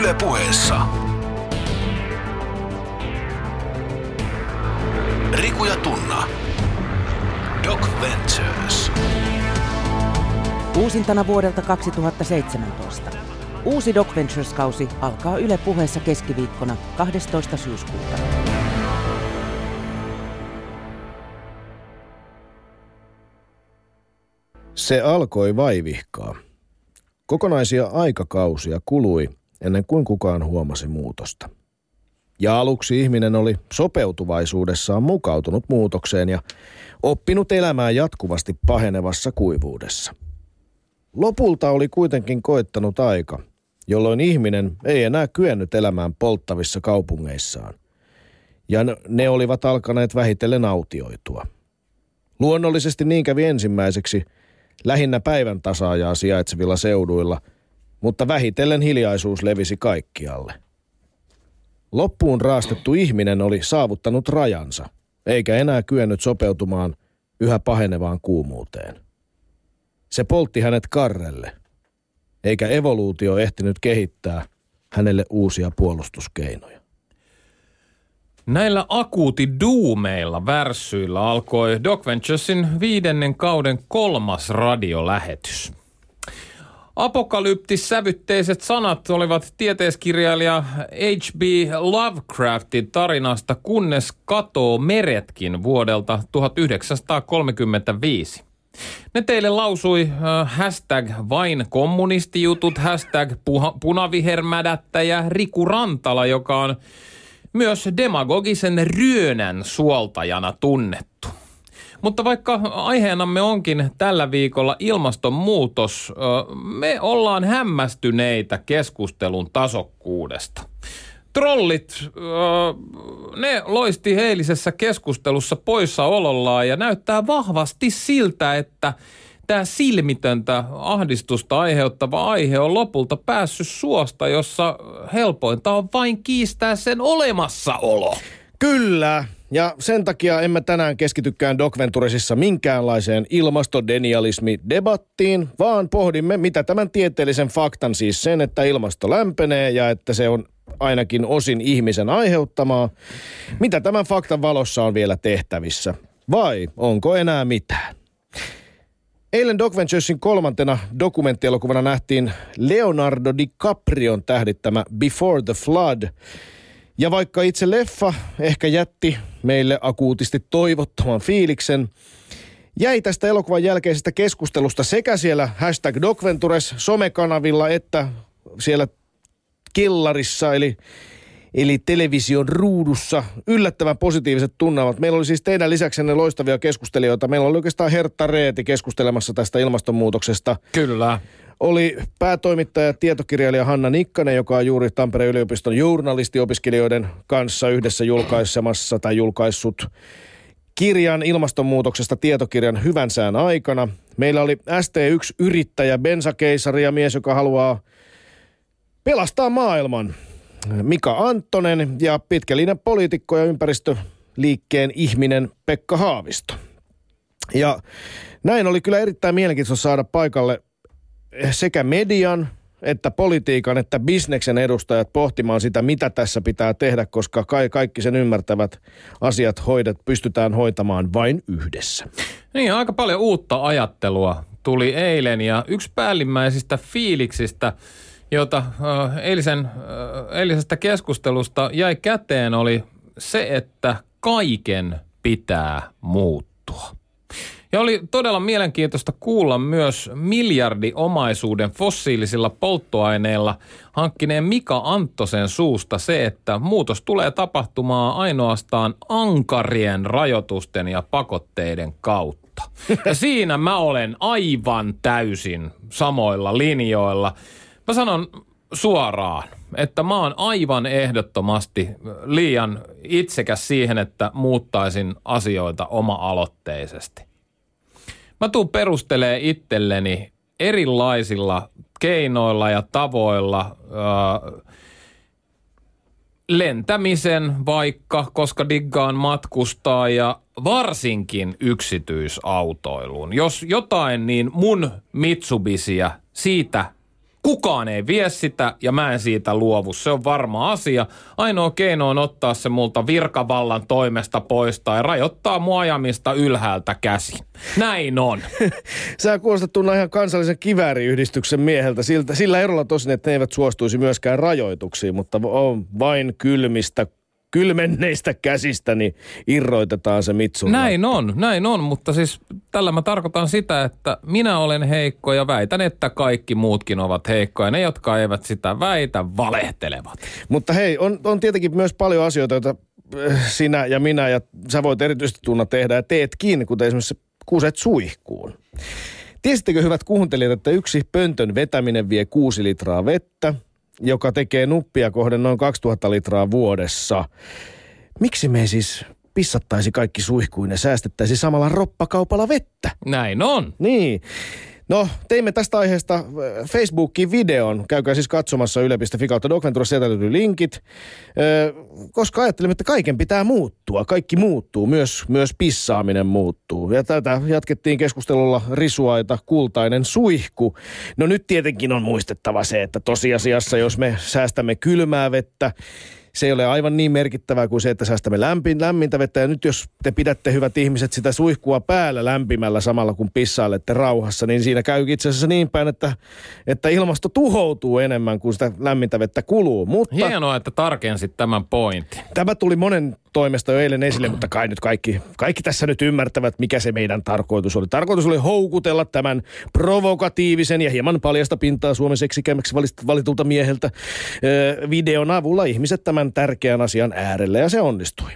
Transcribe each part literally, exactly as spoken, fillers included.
Yle Puheessa Riku ja Tunna. Doc Ventures. Uusintana vuodelta kaksituhattaseitsemäntoista. Uusi Doc Ventures-kausi alkaa Yle Puheessa keskiviikkona kahdestoista syyskuuta. Se alkoi vaivihkaa. Kokonaisia aikakausia kului ennen kuin kukaan huomasi muutosta. Ja aluksi ihminen oli sopeutuvaisuudessaan mukautunut muutokseen ja oppinut elämään jatkuvasti pahenevassa kuivuudessa. Lopulta oli kuitenkin koittanut aika, jolloin ihminen ei enää kyennyt elämään polttavissa kaupungeissaan. Ja ne olivat alkaneet vähitellen autioitua. Luonnollisesti niin kävi ensimmäiseksi lähinnä päivän tasaajaa sijaitsevilla seuduilla, mutta vähitellen hiljaisuus levisi kaikkialle. Loppuun raastettu ihminen oli saavuttanut rajansa, eikä enää kyennyt sopeutumaan yhä pahenevaan kuumuuteen. Se poltti hänet karrelle, eikä evoluutio ehtinyt kehittää hänelle uusia puolustuskeinoja. Näillä akuutiduumeilla värssyillä alkoi Doc Venturesin viidennen kauden kolmas radiolähetys. Apokalyptis-sävytteiset sanat olivat tieteiskirjailija H P Lovecraftin tarinasta Kunnes katoo meretkin vuodelta tuhatyhdeksänsataakolmekymmentäviisi. Ne teille lausui äh, hashtag vain kommunistijutut, hashtag puha, punavihermädättäjä Riku Rantala, joka on myös demagogisen ryönän suoltajana tunnettu. Mutta vaikka aiheenamme onkin tällä viikolla ilmastonmuutos, me ollaan hämmästyneitä keskustelun tasokkuudesta. Trollit, ne loisti eilisessä keskustelussa poissaolollaan ja näyttää vahvasti siltä, että tämä silmitöntä ahdistusta aiheuttava aihe on lopulta päässyt suosta, jossa helpointa on vain kiistää sen olemassaolo. Kyllä, ja sen takia emme tänään keskitykään Doc Venturesissa minkäänlaiseen ilmastodenialismi-debattiin, vaan pohdimme, mitä tämän tieteellisen faktan, siis sen, että ilmasto lämpenee ja että se on ainakin osin ihmisen aiheuttamaa, mitä tämän faktan valossa on vielä tehtävissä, vai onko enää mitään? Eilen Doc Venturesin kolmantena dokumenttielokuvana nähtiin Leonardo DiCaprion tähdittämä Before the Flood. Ja vaikka itse leffa ehkä jätti meille akuutisti toivottoman fiiliksen, jäi tästä elokuvan jälkeisestä keskustelusta sekä siellä hashtag Doc Ventures somekanavilla että siellä killarissa eli, eli television ruudussa yllättävän positiiviset tunnelmat. Meillä oli siis teidän lisäksenne loistavia keskustelijoita. Meillä oli oikeastaan Hertta Reeti keskustelemassa tästä ilmastonmuutoksesta. Kyllä. Oli päätoimittaja ja tietokirjailija Hanna Nikkanen, joka on juuri Tampereen yliopiston journalistiopiskelijoiden kanssa yhdessä julkaisemassa tai julkaissut kirjan ilmastonmuutoksesta tietokirjan Hyvän sään aikana. Meillä oli S T yksi-yrittäjä, bensakeisari ja mies, joka haluaa pelastaa maailman. Mika Anttonen ja pitkällinen poliitikko ja ympäristöliikkeen ihminen Pekka Haavisto. Ja näin oli kyllä erittäin mielenkiintoista saada paikalle sekä median, että politiikan, että bisneksen edustajat pohtimaan sitä, mitä tässä pitää tehdä, koska kai kaikki sen ymmärtävät asiat hoidet pystytään hoitamaan vain yhdessä. Niin, aika paljon uutta ajattelua tuli eilen ja yksi päällimmäisistä fiiliksistä, jota äh, eilisen, äh, eilisestä keskustelusta jäi käteen, oli se, että kaiken pitää muuttua. Ja oli todella mielenkiintoista kuulla myös miljardiomaisuuden fossiilisilla polttoaineilla hankkineen Mika Anttosen suusta se, että muutos tulee tapahtumaan ainoastaan ankarien rajoitusten ja pakotteiden kautta. Ja siinä mä olen aivan täysin samoilla linjoilla. Mä sanon suoraan, että mä oon aivan ehdottomasti liian itsekäs siihen, että muuttaisin asioita oma-aloitteisesti. Mä tuun perustelee itselleni erilaisilla keinoilla ja tavoilla öö, lentämisen vaikka, koska diggaan matkustaa ja varsinkin yksityisautoiluun. Jos jotain, niin mun Mitsubishia siitä Kukaan ei vie sitä ja mä en siitä luovu. Se on varma asia. Ainoa keino on ottaa se multa virkavallan toimesta pois tai rajoittaa mua ajamista ylhäältä käsi. Näin on. Sä kuulostat Tunna ihan kansallisen kivääriyhdistyksen mieheltä siltä, sillä erolla tosin, että ne eivät suostuisi myöskään rajoituksiin, mutta on vain kylmistä kylmenneistä käsistä, niin irroitetaan se mitsun. Näin on, näin on, mutta siis tällä mä tarkoitan sitä, että minä olen heikko ja väitän, että kaikki muutkin ovat heikkoja. Ne, jotka eivät sitä väitä, valehtelevat. Mutta hei, on, on tietenkin myös paljon asioita, joita sinä ja minä ja sä voit erityisesti Tunna tehdä ja teetkin, kuten esimerkiksi kuset suihkuun. Tiesittekö hyvät kuuntelijat, että yksi pöntön vetäminen vie kuusi litraa vettä, joka tekee nuppia kohden noin kaksituhatta litraa vuodessa. Miksi me ei siis pissattaisi kaikki suihkuin ja säästettäisi samalla roppakaupalla vettä? Näin on. Niin. No, teimme tästä aiheesta Facebookiin videon. Käykää siis katsomassa yle piste fi kautta Doc Ventures, sieltä löytyy linkit. Koska ajattelimme, että kaiken pitää muuttua. Kaikki muuttuu, myös, myös pissaaminen muuttuu. Ja tätä jatkettiin keskustelulla risuaita kultainen suihku. No nyt tietenkin on muistettava se, että tosiasiassa jos me säästämme kylmää vettä, se ei ole aivan niin merkittävää kuin se, että säästämme lämpin, lämmintä vettä. Ja nyt jos te pidätte, hyvät ihmiset, sitä suihkua päällä lämpimällä samalla kun pissailette rauhassa, niin siinä käy itse asiassa niin päin, että, että ilmasto tuhoutuu enemmän kuin sitä lämmintä vettä kuluu. Mutta hienoa, että tarkensit tämän pointin. Tämä tuli monen toimesta jo eilen esille, mutta kai nyt kaikki, kaikki tässä nyt ymmärtävät, mikä se meidän tarkoitus oli. Tarkoitus oli houkutella tämän provokatiivisen ja hieman paljasta pintaa Suomen seksikämmäksi valitulta mieheltä ö, videon avulla ihmiset tämän tärkeän asian äärelle, ja se onnistui.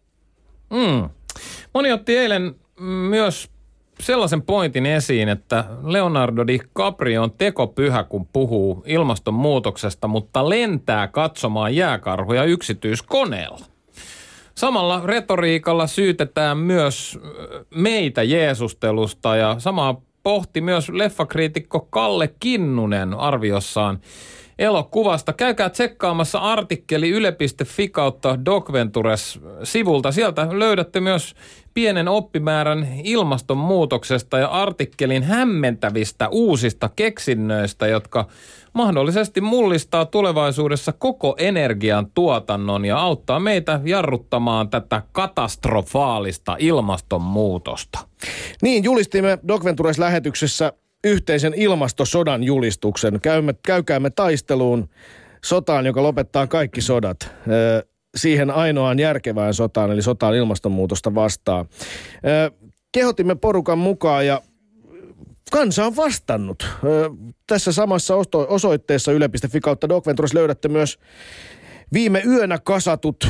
Mm. Moni otti eilen myös sellaisen pointin esiin, että Leonardo DiCaprio on tekopyhä, kun puhuu ilmastonmuutoksesta, mutta lentää katsomaan jääkarhuja yksityiskoneella. Samalla retoriikalla syytetään myös meitä Jeesustelusta, ja samaa pohti myös leffakriitikko Kalle Kinnunen arviossaan elokuvasta. Käykää tsekkaamassa artikkeli yle piste fi kautta Doc Ventures -sivulta. Sieltä löydätte myös pienen oppimäärän ilmastonmuutoksesta ja artikkelin hämmentävistä uusista keksinnöistä, jotka mahdollisesti mullistaa tulevaisuudessa koko energian tuotannon ja auttaa meitä jarruttamaan tätä katastrofaalista ilmastonmuutosta. Niin, julistimme Doc Ventures-lähetyksessä yhteisen ilmastosodan julistuksen. Käymme, käykäämme taisteluun sotaan, joka lopettaa kaikki sodat. Ö, siihen ainoaan järkevään sotaan, eli sotaan ilmastonmuutosta vastaan. Ö, kehotimme porukan mukaan ja kansa on vastannut. Ö, tässä samassa osoitteessa yle piste fi kautta Doc Ventures löydätte myös viime yönä kasatut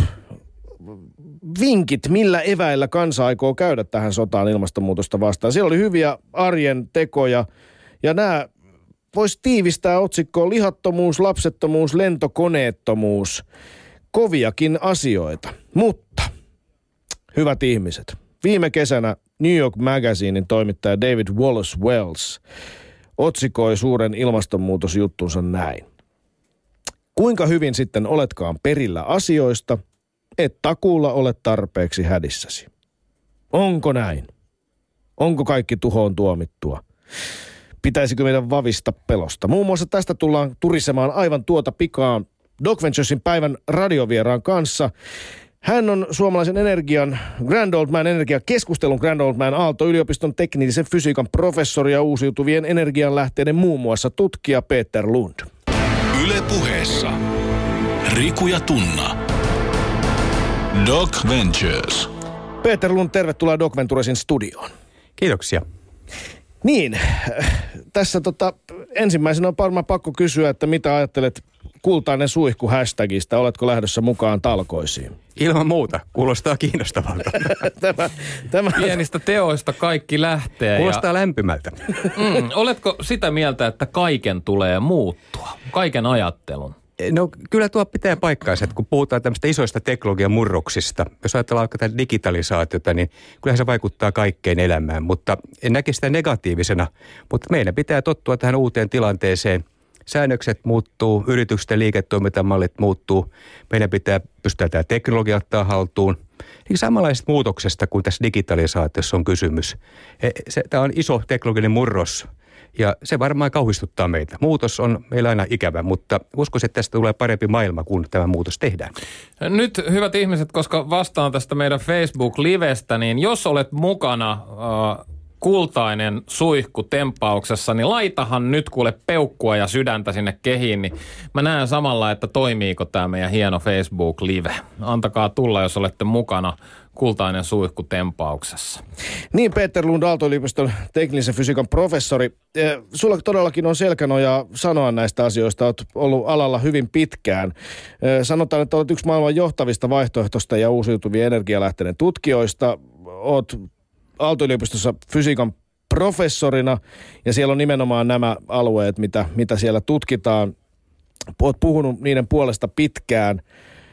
vinkit, millä eväillä kansa aikoo käydä tähän sotaan ilmastonmuutosta vastaan. Siellä oli hyviä arjen tekoja, ja nämä voisi tiivistää otsikkoon lihattomuus, lapsettomuus, lentokoneettomuus. Koviakin asioita. Mutta, hyvät ihmiset, viime kesänä New York Magazinein toimittaja David Wallace Wells otsikoi suuren ilmastonmuutosjuttunsa näin. Kuinka hyvin sitten oletkaan perillä asioista, et takuulla ole tarpeeksi hädissäsi. Onko näin? Onko kaikki tuhoon tuomittua? Pitäisikö meidän vavista pelosta? Muun muassa tästä tullaan turisemaan aivan tuota pikaa Doc Venturesin päivän radiovieraan kanssa. Hän on suomalaisen energian, Grand Old Man energiakeskustelun Grand Old Man Aalto-yliopiston teknillisen fysiikan professori ja uusiutuvien energianlähteiden muun muassa tutkija Peter Lund. Yle Puheessa Riku ja Tunna. Doc Ventures. Peter Lund, tervetuloa Doc Venturesin studioon. Kiitoksia. Niin, tässä tota, ensimmäisenä on varmaan pakko kysyä, että mitä ajattelet kultainen suihku hashtagista, oletko lähdössä mukaan talkoisiin? Ilman muuta, kuulostaa kiinnostavalta. tämä, tämä... Pienistä teoista kaikki lähtee. Kuulostaa ja... lämpimältä. Mm, oletko sitä mieltä, että kaiken tulee muuttua, kaiken ajattelun? No kyllä tuo pitää paikkaansa, että kun puhutaan tämmöistä isoista teknologian murroksista, jos ajatellaan vaikka tätä digitalisaatiota, niin kyllähän se vaikuttaa kaikkeen elämään, mutta en näkisi sitä negatiivisena, mutta meidän pitää tottua tähän uuteen tilanteeseen. Säännökset muuttuu, yritysten liiketoimintamallit muuttuu, meidän pitää pystyä tämä teknologia ottaa haltuun. Niin samanlaisesta muutoksesta kuin tässä digitalisaatiossa on kysymys. Tämä on iso teknologinen murros Ja se varmaan kauhistuttaa meitä. Muutos on meillä aina ikävä, mutta uskoisin, että tästä tulee parempi maailma, kun tämä muutos tehdään. Nyt hyvät ihmiset, koska vastaan tästä meidän Facebook-livestä, niin jos olet mukana äh, kultainen suihku tempauksessa, niin laitahan nyt kuule peukkua ja sydäntä sinne kehiin, niin mä näen samalla, että toimiiko tämä meidän hieno Facebook-live. Antakaa tulla, jos olette mukana kultainen suihku tempauksessa. Niin, Peter Lund, Aalto-yliopiston teknisen fysiikan professori. Sulla todellakin on selkänojaa sanoa näistä asioista. Olet ollut alalla hyvin pitkään. Sanotaan, että olet yksi maailman johtavista vaihtoehtoista ja uusiutuvien energialähteiden tutkijoista. Olet Aalto-yliopistossa fysiikan professorina ja siellä on nimenomaan nämä alueet, mitä, mitä siellä tutkitaan. Olet puhunut niiden puolesta pitkään.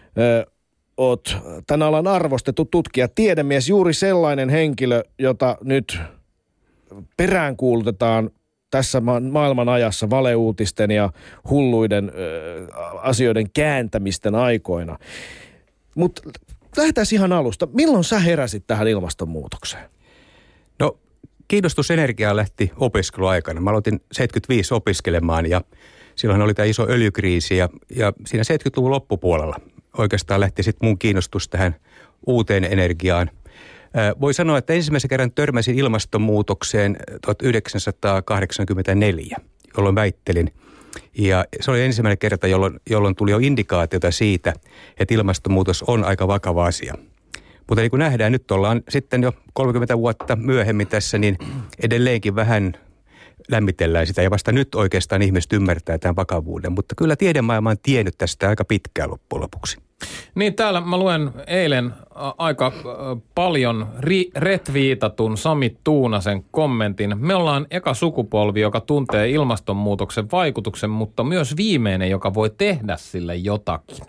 Olet tämän alan arvostettu tutkija, tiedemies, juuri sellainen henkilö, jota nyt peräänkuulutetaan tässä ma- maailman ajassa valeuutisten ja hulluiden ö, asioiden kääntämisten aikoina. Mutta lähdetään ihan alusta. Milloin sä heräsit tähän ilmastonmuutokseen? No, kiinnostus energiaan lähti opiskeluaikana. Mä aloitin seitsemänkymmentäviisi opiskelemaan ja silloin oli tämä iso öljykriisi ja, ja siinä seitsemänkymmentäluvun loppupuolella oikeastaan lähti sitten mun kiinnostus tähän uuteen energiaan. Voi sanoa, että ensimmäisen kerran törmäsin ilmastonmuutokseen tuhatyhdeksänsataakahdeksankymmentäneljä, jolloin väittelin. Ja se oli ensimmäinen kerta, jolloin, jolloin tuli jo indikaatiota siitä, että ilmastonmuutos on aika vakava asia. Mutta niin kuin nähdään, nyt ollaan sitten jo kolmekymmentä vuotta myöhemmin tässä, niin edelleenkin vähän lämmitellään sitä ja vasta nyt oikeastaan ihmiset ymmärtää tämän vakavuuden. Mutta kyllä tiedemaailma on tiennyt tästä aika pitkään loppujen lopuksi. Niin, täällä mä luen eilen aika paljon ri- retviitatun Sami Tuunasen kommentin. Me ollaan eka sukupolvi, joka tuntee ilmastonmuutoksen vaikutuksen, mutta myös viimeinen, joka voi tehdä sille jotakin.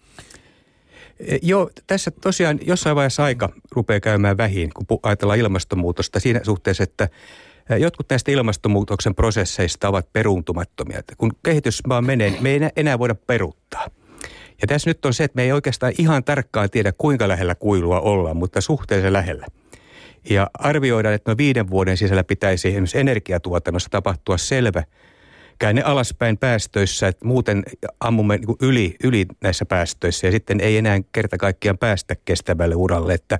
Joo, tässä tosiaan jossain vaiheessa aika rupeaa käymään vähin, kun ajatellaan ilmastonmuutosta siinä suhteessa, että jotkut näistä ilmastonmuutoksen prosesseista ovat peruuntumattomia. Että kun kehitys vaan menee, niin me ei enää voida peruuttaa. Ja tässä nyt on se, että me ei oikeastaan ihan tarkkaan tiedä, kuinka lähellä kuilua ollaan, mutta suhteellisen lähellä. Ja arvioidaan, että noin viiden vuoden sisällä pitäisi esimerkiksi energiatuotannossa tapahtua selvä käänne alaspäin päästöissä, että muuten ammumme niin kuin yli, yli näissä päästöissä ja sitten ei enää kerta kaikkiaan päästä kestävälle uralle, että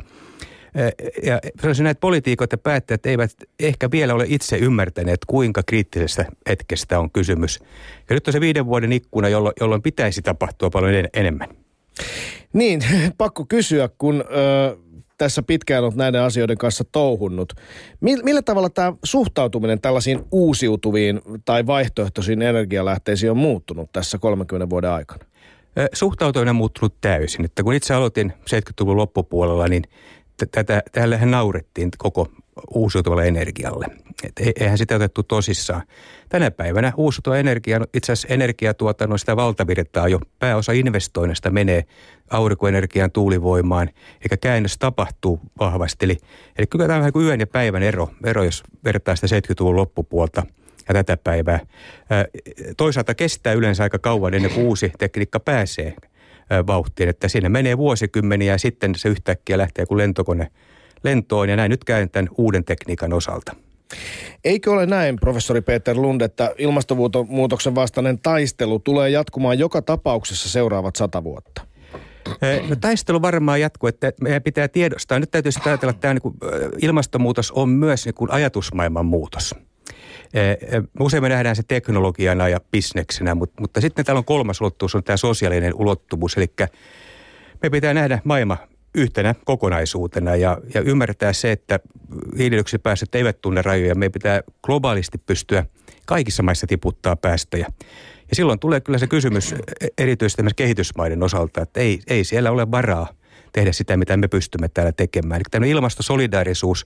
ja sanoisin, että poliitikot ja päättäjät eivät ehkä vielä ole itse ymmärtäneet, kuinka kriittisestä hetkestä on kysymys. Ja nyt on se viiden vuoden ikkuna, jolloin, jolloin pitäisi tapahtua paljon en, enemmän. Niin, pakko kysyä, kun ö, tässä pitkään olet näiden asioiden kanssa touhunnut. Millä tavalla tämä suhtautuminen tällaisiin uusiutuviin tai vaihtoehtoisiin energialähteisiin on muuttunut tässä kolmenkymmenen vuoden aikana? Suhtautuminen on muuttunut täysin. Että kun itse aloitin seitsemänkymmentäluvun loppupuolella, niin Tätä, täällähän naurettiin koko uusiutuvalle energialle. Et eihän sitä otettu tosissaan. Tänä päivänä uusiutuva energia, itse asiassa energiatuotannon sitä valtavirtaa jo pääosa investoinnista menee aurinkoenergian tuulivoimaan, eikä käännös tapahtuu vahvasti. Eli, eli kyllä tämä on vähän kuin yön ja päivän ero, ero jos vertaa sitä seitsemänkymmentäluvun loppupuolta ja tätä päivää. Toisaalta kestää yleensä aika kauan ennen kuin uusi tekniikka pääsee vauhtiin, että siinä menee vuosikymmeniä ja sitten se yhtäkkiä lähtee kuin lentokone lentoon ja näin nyt käyn tämän uuden tekniikan osalta. Eikö ole näin, professori Peter Lund, että ilmastonmuutoksen vastainen taistelu tulee jatkumaan joka tapauksessa seuraavat sata vuotta? No, taistelu varmaan jatkuu, että meidän pitää tiedostaa. Nyt täytyy sitä ajatella, että tämä niin kuin, ilmastonmuutos on myös niin kuin ajatusmaailman muutos. Usein me nähdään se teknologiana ja bisneksenä, mutta, mutta sitten täällä on kolmas ulottuvuus, on tämä sosiaalinen ulottuvuus. Eli me pitää nähdä maailma yhtenä kokonaisuutena ja, ja ymmärtää se, että hiilidioksidipäästöt eivät tunne rajoja. Meidän pitää globaalisti pystyä kaikissa maissa tiputtaa päästöjä. Ja silloin tulee kyllä se kysymys erityisesti kehitysmaiden osalta, että ei, ei siellä ole varaa tehdä sitä, mitä me pystymme täällä tekemään. Eli tämmöinen ilmastosolidaarisuus,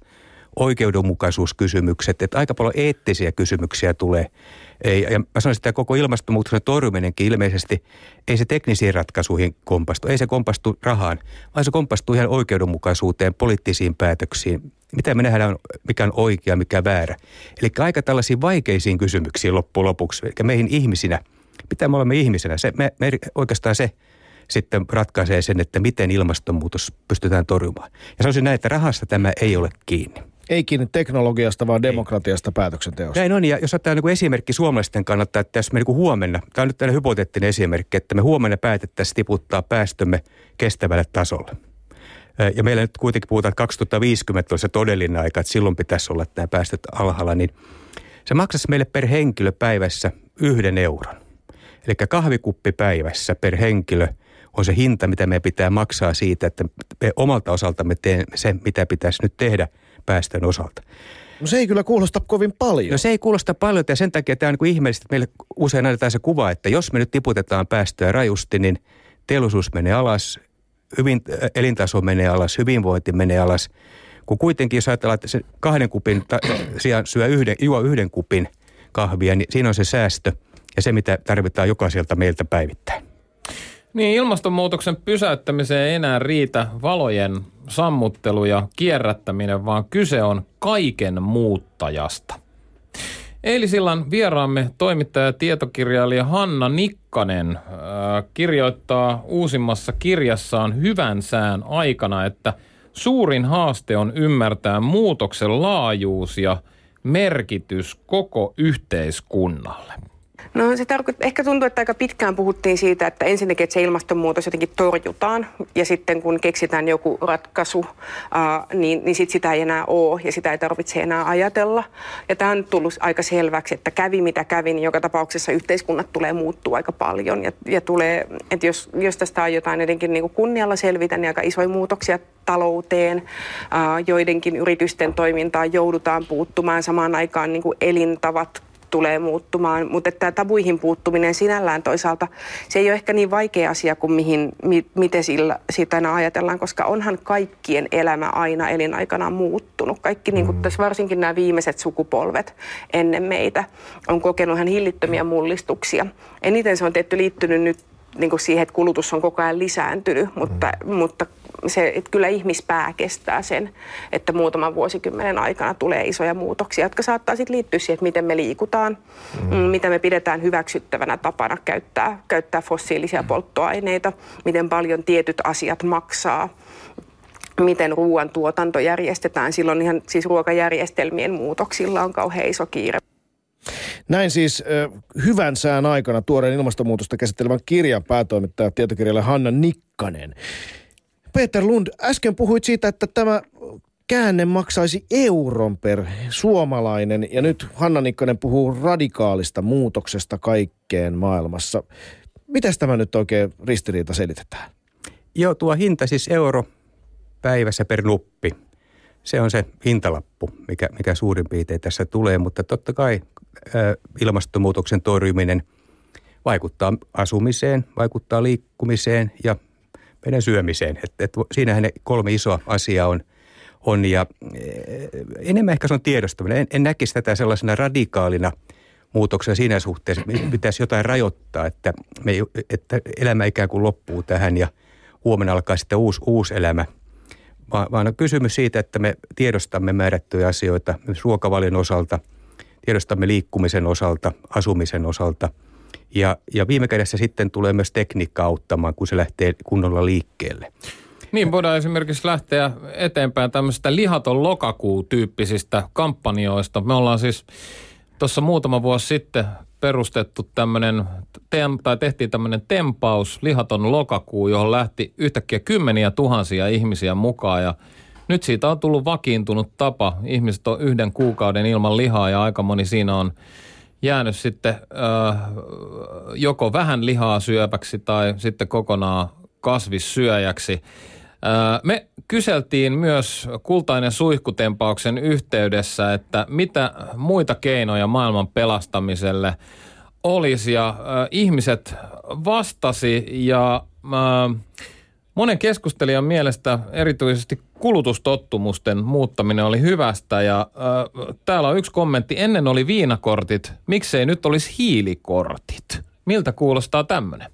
oikeudenmukaisuuskysymykset, että aika paljon eettisiä kysymyksiä tulee. Ja mä sanoisin, että koko ilmastonmuutoksen torjuminenkin ilmeisesti ei se teknisiin ratkaisuihin kompastu, ei se kompastu rahaan, vaan se kompastuu ihan oikeudenmukaisuuteen, poliittisiin päätöksiin, mitä me nähdään, mikä on oikea, mikä väärä. Eli aika tällaisiin vaikeisiin kysymyksiin loppujen lopuksi, eli meihin ihmisinä, mitä me olemme ihmisenä, se, me, me oikeastaan se sitten ratkaisee sen, että miten ilmastonmuutos pystytään torjumaan. Ja sanoisin näin, että rahasta tämä ei ole kiinni. Ei kiinni teknologiasta, vaan demokratiasta päätöksenteosta. Näin on, ja jos otetaan niin esimerkki suomalaisten kannalta, että jos me niin huomenna, tämä on nyt tällainen hypoteettinen esimerkki, että me huomenna päätettäisiin tiputtaa päästömme kestävälle tasolle. Ja meillä nyt kuitenkin puhutaan, että kaksituhattaviisikymmentä olisi se todellinen aika, että silloin pitäisi olla nämä päästöt alhaalla, niin se maksaisi meille per henkilö päivässä yhden euron. Eli kahvikuppi päivässä per henkilö on se hinta, mitä meidän pitää maksaa siitä, että me omalta osaltamme teemme sen, mitä pitäisi nyt tehdä päästön osalta. No se ei kyllä kuulosta kovin paljon. No se ei kuulosta paljon, ja sen takia tämä on niin ihmeellistä, että meille usein annetaan se kuva, että jos me nyt tiputetaan päästöjä rajusti, niin teollisuus menee alas, hyvin, elintaso menee alas, hyvinvointi menee alas. Kun kuitenkin, jos ajatellaan, että se kahden kupin ta- sijaan syö yhden, juo yhden kupin kahvia, niin siinä on se säästö ja se, mitä tarvitaan jokaiselta meiltä päivittäin. Niin, ilmastonmuutoksen pysäyttämiseen ei enää riitä valojen sammuttelu ja kierrättäminen, vaan kyse on kaiken muuttajasta. Eilisillan vieraamme toimittaja ja tietokirjailija Hanna Nikkanen äh, kirjoittaa uusimmassa kirjassaan Hyvän sään aikana, että suurin haaste on ymmärtää muutoksen laajuus ja merkitys koko yhteiskunnalle. No se tarkoit- ehkä tuntuu, että aika pitkään puhuttiin siitä, että ensinnäkin, että se ilmastonmuutos jotenkin torjutaan ja sitten kun keksitään joku ratkaisu, ää, niin, niin sit sitä ei enää ole ja sitä ei tarvitse enää ajatella. Ja tämä on tullut aika selväksi, että kävi mitä kävi, niin joka tapauksessa yhteiskunnat tulee muuttua aika paljon ja, ja tulee, että jos, jos tästä aiotaan jotenkin niin kuin kunnialla selvitä, niin aika isoja muutoksia talouteen, ää, joidenkin yritysten toimintaan joudutaan puuttumaan samaan aikaan niin kuin elintavat tulee muuttumaan, mutta että tämä tabuihin puuttuminen sinällään toisaalta, se ei ole ehkä niin vaikea asia kuin mihin, mi, miten sillä, siitä aina ajatellaan, koska onhan kaikkien elämä aina elinaikanaan muuttunut. Kaikki, niin kuin tässä varsinkin nämä viimeiset sukupolvet ennen meitä, on kokenut ihan hillittömiä mullistuksia. Eniten se on tietty liittynyt nyt niin kuin siihen, että kulutus on koko ajan lisääntynyt, mutta, mm. mutta se, että kyllä ihmispää kestää sen, että muutaman vuosikymmenen aikana tulee isoja muutoksia, jotka saattaa sitten liittyä siihen, että miten me liikutaan, mm. mitä me pidetään hyväksyttävänä tapana käyttää, käyttää fossiilisia mm. polttoaineita, miten paljon tietyt asiat maksaa, miten ruoantuotanto järjestetään. Silloin ihan siis ruokajärjestelmien muutoksilla on kauhean iso kiire. Näin siis äh, Hyvän sään aikana tuoreen ilmastonmuutosta käsittelevän kirjan päätoimittaja tietokirjailija Hanna Nikkanen. Peter Lund, äsken puhuit siitä, että tämä käänne maksaisi euron per suomalainen ja nyt Hanna Nikkanen puhuu radikaalista muutoksesta kaikkeen maailmassa. Mitäs tämä nyt oikein ristiriita selitetään? Joo, tuo hinta siis euro päivässä per nuppi. Se on se hintalappu, mikä, mikä suurin piirtein tässä tulee, mutta totta kai ä, ilmastonmuutoksen torjuminen vaikuttaa asumiseen, vaikuttaa liikkumiseen ja meidän syömiseen. Et, et, siinähän ne kolme isoa asiaa on, on ja e, enemmän ehkä se on tiedostaminen. En, en näkisi tätä sellaisena radikaalina muutoksena siinä suhteessa, että pitäisi jotain rajoittaa, että, me, että elämä ikään kuin loppuu tähän ja huomenna alkaa sitten uusi, uusi elämä. Vaan on kysymys siitä, että me tiedostamme määrättyjä asioita myös ruokavalion osalta, tiedostamme liikkumisen osalta, asumisen osalta. Ja, ja viime kädessä sitten tulee myös tekniikka auttamaan, kun se lähtee kunnolla liikkeelle. Niin, voidaan esimerkiksi lähteä eteenpäin tämmöistä lihaton lokakuu-tyyppisistä kampanjoista. Me ollaan siis tuossa muutama vuosi sitten perustettu tämmöinen, tai tehtiin tämmöinen tempaus, lihaton lokakuu, johon lähti yhtäkkiä kymmeniä tuhansia ihmisiä mukaan. Ja nyt siitä on tullut vakiintunut tapa. Ihmiset on yhden kuukauden ilman lihaa ja aika moni siinä on jäänyt sitten äh, joko vähän lihaa syöpäksi tai sitten kokonaan kasvissyöjäksi. Äh, me kyseltiin myös Kultainen suihkutempauksen yhteydessä, että mitä muita keinoja maailman pelastamiselle olisi. Ja äh, ihmiset vastasi ja äh, monen keskustelijan mielestä erityisesti kulutustottumusten muuttaminen oli hyvästä ja äh, täällä on yksi kommentti. Ennen oli viinakortit, miksei nyt olisi hiilikortit? Miltä kuulostaa tämmöinen?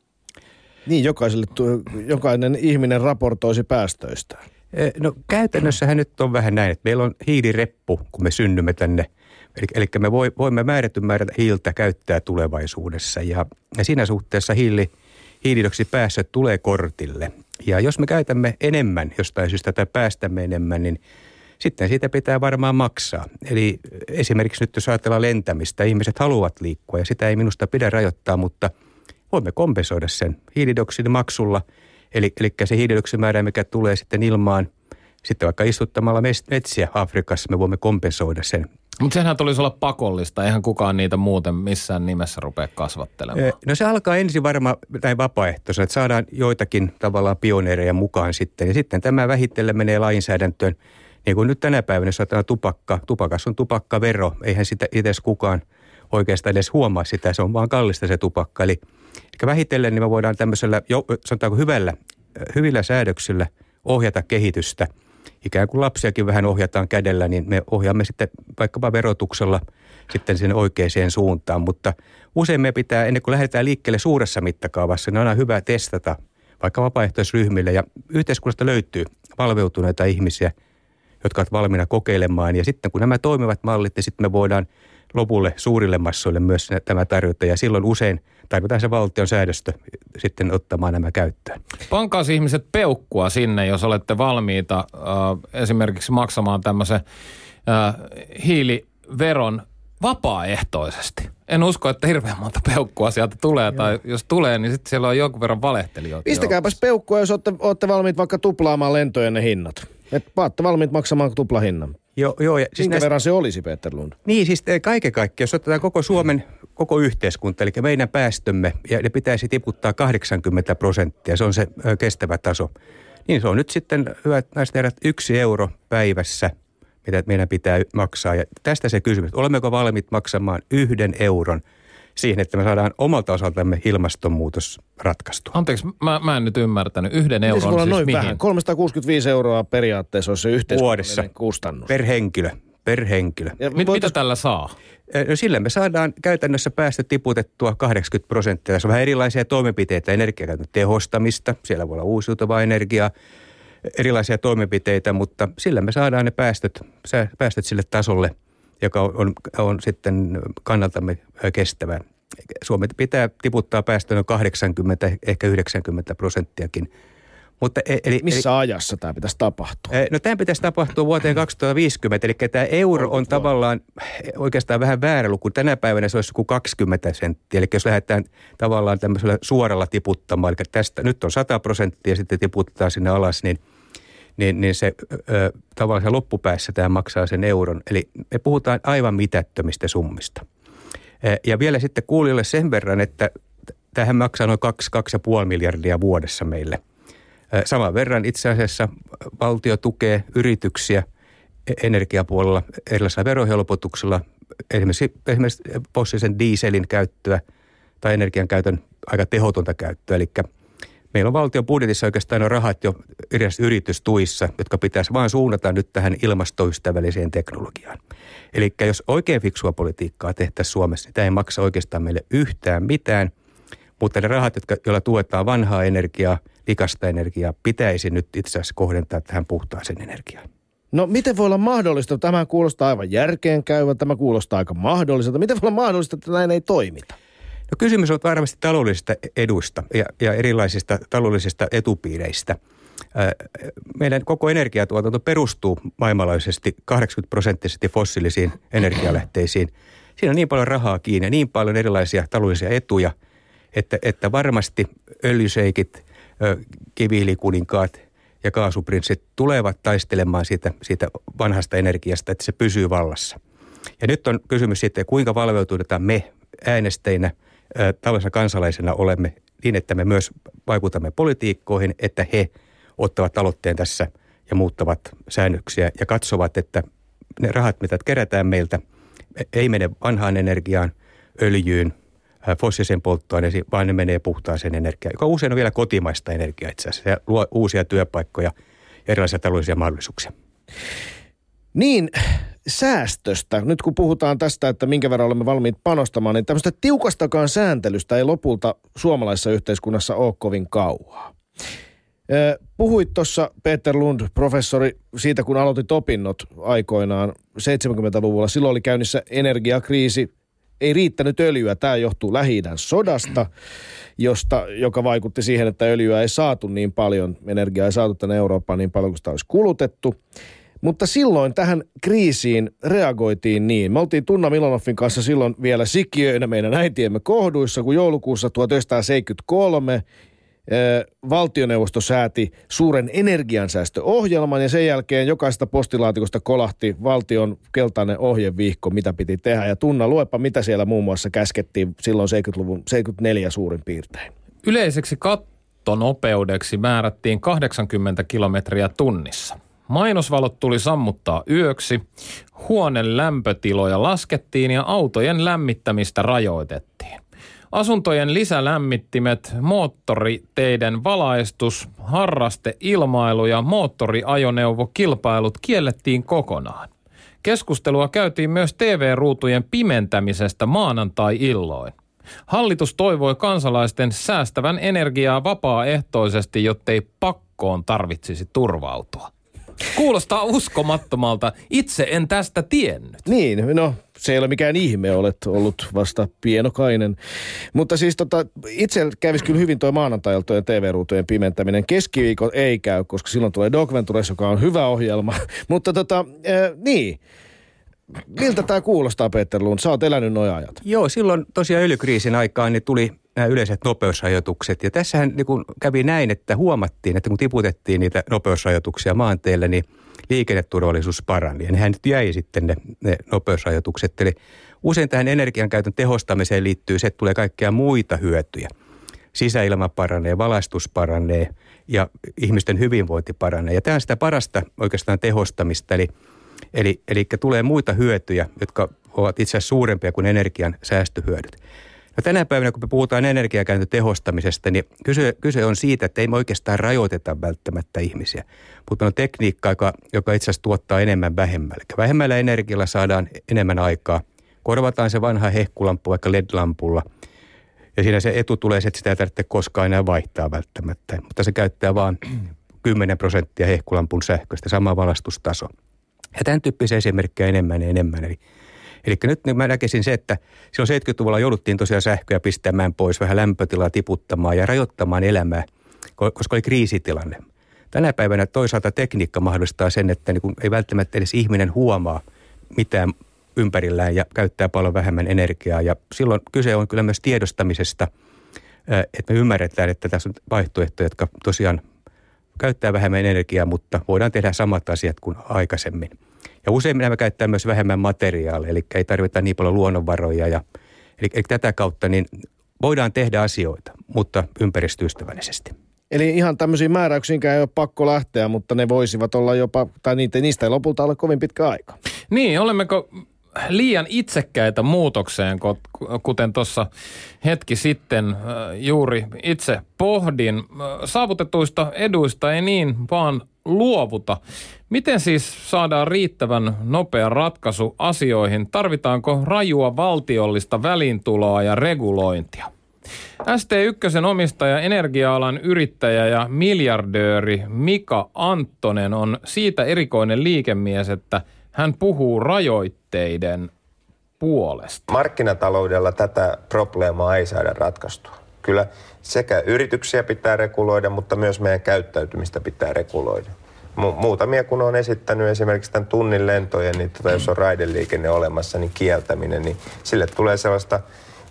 Niin, jokaiselle, jokainen ihminen raportoisi päästöistään. No käytännössähän nyt on vähän näin, että meillä on hiilireppu, kun me synnymme tänne. Eli, eli me voimme määrätyn määrä hiiltä käyttää tulevaisuudessa ja, ja siinä suhteessa hiili, hiilidioksidipäästöt tulee kortille. Ja jos me käytämme enemmän jostain syystä tai päästämme enemmän, niin sitten siitä pitää varmaan maksaa. Eli esimerkiksi nyt jos ajatellaan lentämistä, ihmiset haluavat liikkua ja sitä ei minusta pidä rajoittaa, mutta voimme kompensoida sen hiilidioksidimaksulla. Eli, eli se hiilidioksidimäärä, mikä tulee sitten ilmaan, sitten vaikka istuttamalla metsiä Afrikassa, me voimme kompensoida sen. Mutta sehän tulisi olla pakollista, eihän kukaan niitä muuten missään nimessä rupea kasvattelemaan. No se alkaa ensin varmaan näin vapaaehtoisena, että saadaan joitakin tavallaan pioneereja mukaan sitten. Ja sitten tämä vähitellen menee lainsäädäntöön. Niin kuin nyt tänä päivänä, jos ajatellaan tupakka, tupakas on tupakkavero, eihän sitä itse kukaan oikeastaan edes huomaa sitä, se on vaan kallista se tupakka. Eli, eli vähitellen niin me voidaan tämmöisellä, sanotaanko hyvällä, hyvillä säädöksillä ohjata kehitystä. Ikään kuin lapsiakin vähän ohjataan kädellä, niin me ohjaamme sitten vaikkapa verotuksella sitten sen oikeaan suuntaan. Mutta usein me pitää, ennen kuin lähdetään liikkeelle suuressa mittakaavassa, niin on aina hyvä testata vaikka vapaaehtoisryhmille. Ja yhteiskunnasta löytyy valveutuneita ihmisiä, jotka ovat valmiina kokeilemaan. Ja sitten kun nämä toimivat mallit, niin sitten me voidaan lopulle suurille massoille myös tämä tarjota. Ja silloin usein tarvitaan se valtion säädöstö sitten ottamaan nämä käyttöön. Pankaas ihmiset peukkua sinne, jos olette valmiita äh, esimerkiksi maksamaan tämmöisen äh, hiiliveron vapaaehtoisesti. En usko, että hirveän monta peukkua sieltä tulee, Joo. tai jos tulee, niin sitten siellä on jonkun verran valehtelijoita. Pistäkääpäs peukkua, jos olette, olette valmiit vaikka tuplaamaan lentojenne hinnat. Että olette valmiit maksamaan tuplahinnan. Joo, joo. Ja siis minkä näistä... verran se olisi, Peter Lund? Niin, siis kaiken kaikkiaan, jos otetaan koko Suomen, koko yhteiskunta, eli meidän päästömme, ja ne pitäisi tiputtaa kahdeksankymmentä prosenttia, se on se kestävä taso. Niin se on nyt sitten, hyvät naiset herrat, yksi euro päivässä, mitä meidän pitää maksaa. Ja tästä se kysymys, olemmeko valmiit maksamaan yhden euron siihen, että me saadaan omalta osaltamme ilmastonmuutos ratkaistua. Anteeksi, mä, mä en nyt ymmärtänyt. Yhden euron siis noin mihin? Vähän. kolmesataakuusikymmentäviisi euroa periaatteessa olisi se yhteiskunnallinen kustannus. Per henkilö. Per henkilö. Ja Mit, voitais... Mitä tällä saa? No sillä me saadaan käytännössä päästöt tiputettua kahdeksankymmentä prosenttia. Tässä on vähän erilaisia toimenpiteitä, energiakäytön tehostamista. Siellä voi olla uusiutuvaa energiaa, erilaisia toimenpiteitä, mutta sillä me saadaan ne päästöt, päästöt sille tasolle, joka on, on, on sitten kannaltamme kestävää. Suomi pitää tiputtaa päästöön kahdeksankymmentä, ehkä yhdeksänkymmentä prosenttiakin. Mutta, eli, Missä eli, ajassa tämä pitäisi tapahtua? No tämä pitäisi tapahtua vuoteen kaksituhattaviisikymmentä, eli tämä euro on tavallaan oikeastaan vähän väärä luku. Tänä päivänä se olisi joku kaksikymmentä senttiä, eli jos lähdetään tavallaan tämmöisellä suoralla tiputtamaan, eli tästä nyt on sata prosenttia ja sitten tiputtaa sinne alas, niin niin, niin se ö, tavallaan se loppupäässä tämä maksaa sen euron. Eli me puhutaan aivan mitättömistä summista. E, ja vielä sitten kuulijoille sen verran, että tämähän maksaa noin kaksi, kaksi ja puoli miljardia vuodessa meille. E, saman verran itse asiassa valtio tukee yrityksiä energiapuolella erilaisilla verohelpotuksilla, esimerkiksi, esimerkiksi fossiilisen dieselin käyttöä tai energian käytön aika tehotonta käyttöä, eli meillä on valtion budjetissa oikeastaan on rahat jo yritystuissa, jotka pitäisi vaan suunnata nyt tähän ilmastoystävälliseen teknologiaan. Eli jos oikein fiksua politiikkaa tehtäisiin Suomessa, niin tämä ei maksa oikeastaan meille yhtään mitään, mutta ne rahat, jotka, joilla tuetaan vanhaa energiaa, likasta energiaa, pitäisi nyt itse asiassa kohdentaa tähän puhtaaseen energiaan. No miten voi olla mahdollista? Tämä kuulostaa aivan järkeenkäyvältä, tämä kuulostaa aika mahdolliselta. Miten voi olla mahdollista, että näin ei toimita? No kysymys on varmasti taloudellisista eduista ja, ja erilaisista taloudellisista etupiireistä. Meidän koko energiatuotanto perustuu maailmanlaajuisesti kahdeksankymmentä prosenttisesti fossiilisiin energialähteisiin. Siinä on niin paljon rahaa kiinni ja niin paljon erilaisia taloudellisia etuja, että, että varmasti öljyseikit, kivihiilikuninkaat ja kaasuprinssit tulevat taistelemaan siitä, siitä vanhasta energiasta, että se pysyy vallassa. Ja nyt on kysymys siitä, kuinka valveutuneita me äänestäjinä, tavallisena kansalaisena olemme niin, että me myös vaikutamme politiikkoihin, että he ottavat aloitteen tässä ja muuttavat säännöksiä ja katsovat, että ne rahat, mitä kerätään meiltä, ei mene vanhaan energiaan, öljyyn, fossiiliseen polttoaineisiin, vaan ne menee puhtaaseen energiaan, joka usein on vielä kotimaista energiaa itse asiassa ja luo uusia työpaikkoja ja erilaisia taloudellisia mahdollisuuksia. Niin, säästöstä. Nyt kun puhutaan tästä, että minkä verran olemme valmiit panostamaan, niin tämmöistä tiukastakaan sääntelystä ei lopulta suomalaisessa yhteiskunnassa ole kovin kauaa. Puhuit tuossa, Peter Lund, professori, siitä kun aloitit opinnot aikoinaan seitsemänkymmentäluvulla. Silloin oli käynnissä energiakriisi. Ei riittänyt öljyä. Tämä johtuu Lähi-idän sodasta, josta, joka vaikutti siihen, että öljyä ei saatu niin paljon, energiaa ei saatu tänne Eurooppaan niin paljon kuin sitä olisi kulutettu. Mutta silloin tähän kriisiin reagoitiin niin. Me oltiin Tunna Milonoffin kanssa silloin vielä sikiöinä meidän äitiemme kohduissa, kun joulukuussa tuhatyhdeksänsataaseitsemänkymmentäkolme valtioneuvosto sääti suuren energiansäästöohjelman ja sen jälkeen jokaisesta postilaatikosta kolahti valtion keltainen ohjevihko, mitä piti tehdä. Ja Tunna, luepa, mitä siellä muun muassa käskettiin silloin seitsemänkymmentäluvun seitsemänkymmentäneljä suurin piirtein. Yleiseksi kattonopeudeksi määrättiin kahdeksankymmentä kilometriä tunnissa. Mainosvalot tuli sammuttaa yöksi, huoneen lämpötiloja laskettiin ja autojen lämmittämistä rajoitettiin. Asuntojen lisälämmittimet, moottoriteiden valaistus, harrasteilmailu ja moottoriajoneuvokilpailut kiellettiin kokonaan. Keskustelua käytiin myös T V-ruutujen pimentämisestä maanantai-illoin. Hallitus toivoi kansalaisten säästävän energiaa vapaaehtoisesti, jottei pakkoon tarvitsisi turvautua. Kuulostaa uskomattomalta. Itse en tästä tiennyt. Niin, no se ei ole mikään ihme, olet ollut vasta pienokainen. Mutta siis tota, itse kävisi kyllä hyvin tuo maanantai-iltojen T V-ruutujen pimentäminen. Keskiviikon ei käy, koska silloin tulee Doc Ventures, joka on hyvä ohjelma. Mutta tota, äh, niin. Miltä tämä kuulostaa, Peter Lund? Sä oot elänyt nuo ajat. Joo, silloin tosiaan öljykriisin aikaan niin tuli nämä yleiset nopeusrajoitukset. Ja tässähän niin kun kävi näin, että huomattiin, että kun tiputettiin niitä nopeusrajoituksia maanteille, niin liikenneturvallisuus parani. Ja nehän nyt jäi sitten ne, ne nopeusrajoitukset. Eli usein tähän energiankäytön tehostamiseen liittyy se, että tulee kaikkea muita hyötyjä. Sisäilma paranee, valaistus paranee ja ihmisten hyvinvointi paranee. Ja tämä on sitä parasta oikeastaan tehostamista, eli Eli, eli tulee muita hyötyjä, jotka ovat itse asiassa suurempia kuin energian säästöhyödyt. No tänä päivänä, kun me puhutaan energiakäytön tehostamisesta, niin kyse, kyse on siitä, että ei me oikeastaan rajoiteta välttämättä ihmisiä. Mutta on tekniikka, joka, joka itse asiassa tuottaa enemmän vähemmällä. Eli vähemmällä energialla saadaan enemmän aikaa. Korvataan se vanha hehkulamppu vaikka L E D-lampulla. Ja siinä se etu tulee, että sitä ei tarvitse koskaan enää vaihtaa välttämättä. Mutta se käyttää vain kymmenen prosenttia hehkulampun sähköstä, sama valastustaso. Ja tämän tyyppisiä esimerkkejä enemmän ja enemmän. Eli, eli nyt niin mä näkisin se, että silloin seitsemänkymmentäluvulla jouduttiin tosiaan sähköä pistämään pois, vähän lämpötilaa tiputtamaan ja rajoittamaan elämää, koska oli kriisitilanne. Tänä päivänä toisaalta tekniikka mahdollistaa sen, että niin ei välttämättä edes ihminen huomaa mitään ympärillään ja käyttää paljon vähemmän energiaa. Ja silloin kyse on kyllä myös tiedostamisesta, että me ymmärretään, että tässä on vaihtoehtoja, jotka tosiaan käyttää vähemmän energiaa, mutta voidaan tehdä samat asiat kuin aikaisemmin. Ja usein me käyttää myös vähemmän materiaalia, eli ei tarvita niin paljon luonnonvaroja. Ja, eli, eli tätä kautta niin voidaan tehdä asioita, mutta ympäristöystävällisesti. Eli ihan tämmöisiin määräyksiinkään ei ole pakko lähteä, mutta ne voisivat olla jopa, tai niitä, niistä ei lopulta ole kovin pitkä aika. Niin, olemmeko liian itsekkäitä muutokseen, kuten tuossa hetki sitten juuri itse pohdin. Saavutetuista eduista ei niin vaan luovuta. Miten siis saadaan riittävän nopea ratkaisu asioihin? Tarvitaanko rajua valtiollista väliintuloa ja regulointia? S T yksi omistaja, energia-alan yrittäjä ja miljardööri Mika Anttonen on siitä erikoinen liikemies, että hän puhuu rajoitteiden puolesta. Markkinataloudella tätä probleemaa ei saada ratkaistua. Kyllä sekä yrityksiä pitää reguloida, mutta myös meidän käyttäytymistä pitää reguloida. Mu- muutamia kun on esittänyt esimerkiksi tämän tunnin lentojen, niin tota, jos on raideliikenne olemassa, niin kieltäminen, niin sille tulee sellaista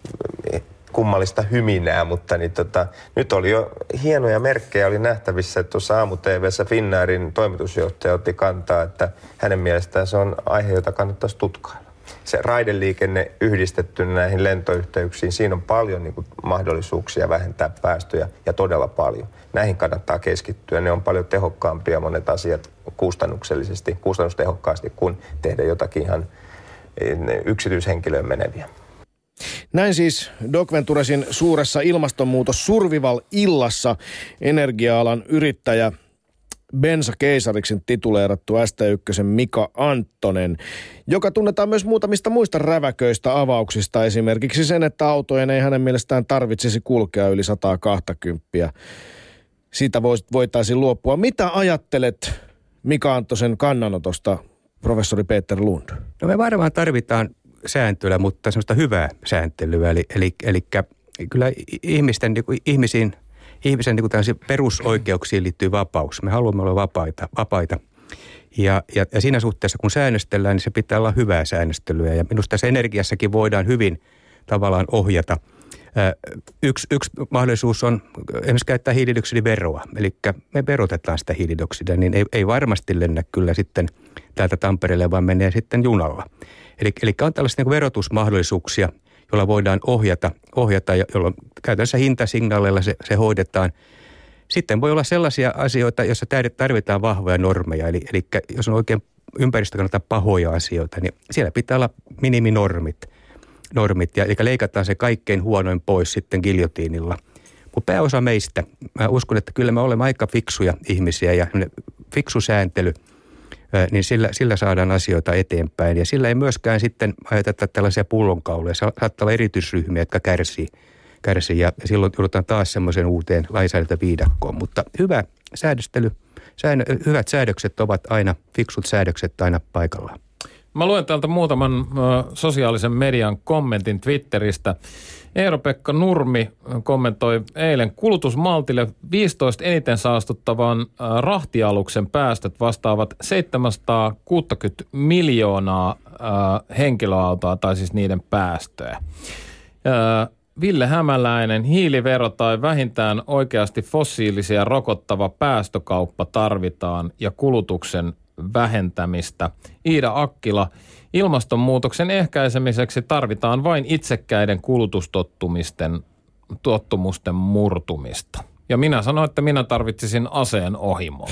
kummallista hyminää, mutta niin tota, nyt oli jo hienoja merkkejä oli nähtävissä, että tuossa aamu-T V:ssä Finnairin toimitusjohtaja otti kantaa, että hänen mielestään se on aihe, jota kannattaisi tutkailla. Se raideliikenne yhdistettynä näihin lentoyhteyksiin, siinä on paljon niin kuin, mahdollisuuksia vähentää päästöjä ja todella paljon. Näihin kannattaa keskittyä. Ne on paljon tehokkaampia monet asiat kustannuksellisesti, kustannustehokkaasti, kuin tehdä jotakin ihan yksityishenkilöön meneviä. Näin siis Doc Venturesin suuressa ilmastonmuutos Survival-illassa energia-alan yrittäjä bensakeisariksi tituleerattu S T yksi Mika Anttonen, joka tunnetaan myös muutamista muista räväköistä avauksista, esimerkiksi sen, että autojen ei hänen mielestään tarvitsisi kulkea yli sata kaksikymmentä. Siitä voitaisiin luopua. Mitä ajattelet Mika Anttosen kannanotosta, professori Peter Lund? No me varmaan tarvitaan sääntelyä, mutta sellaista hyvää sääntelyä, eli, eli, eli kyllä ihmisten, niin kuin, ihmisiin, ihmisen niin kuin perusoikeuksiin liittyy vapaus. Me haluamme olla vapaita, vapaita. Ja, ja, ja siinä suhteessa, kun säännöstellään, niin se pitää olla hyvää säännöstelyä. Ja minusta tässä energiassakin voidaan hyvin tavallaan ohjata. Yksi, yksi mahdollisuus on esimerkiksi käyttää hiilidioksidiveroa. Eli me verotetaan sitä hiilidioksidia, niin ei, ei varmasti lennä kyllä sitten täältä Tampereelle, vaan menee sitten junalla. Eli, eli on tällaisia niin verotusmahdollisuuksia, joilla voidaan ohjata, ohjata jolloin käytännössä hintasignaaleilla se, se hoidetaan. Sitten voi olla sellaisia asioita, joissa tarvitaan vahvoja normeja. Eli, eli jos on oikein ympäristön kannalta pahoja asioita, niin siellä pitää olla miniminormit. Normit, ja, eli leikataan se kaikkein huonoin pois sitten giljotiinilla. Mutta pääosa meistä, mä uskon, että kyllä me olemme aika fiksuja ihmisiä ja fiksu sääntely, niin sillä, sillä saadaan asioita eteenpäin. Ja sillä ei myöskään sitten ajateta tällaisia pullonkauloja. Saattaa olla erityisryhmiä, jotka kärsii, kärsii ja silloin joudutaan taas semmoisen uuteen lainsäädäntöviidakkoon. Mutta hyvä säädöstely, sään, hyvät säädökset ovat aina, fiksut säädökset aina paikallaan. Mä luen täältä muutaman ö, sosiaalisen median kommentin Twitteristä. Eero-Pekka Nurmi kommentoi eilen kulutusmaltille viisitoista eniten saastuttavan ö, rahtialuksen päästöt vastaavat seitsemänsataakuusikymmentä miljoonaa ö, henkilöautoa, tai siis niiden päästöjä. Ö, Ville Hämäläinen, hiilivero tai vähintään oikeasti fossiilisia rokottava päästökauppa tarvitaan ja kulutuksen vähentämistä. Iida Akkila, ilmastonmuutoksen ehkäisemiseksi tarvitaan vain itsekkäiden kulutustottumisten tottumusten murtumista. Ja minä sanoin, että minä tarvitsisin aseen ohimoon.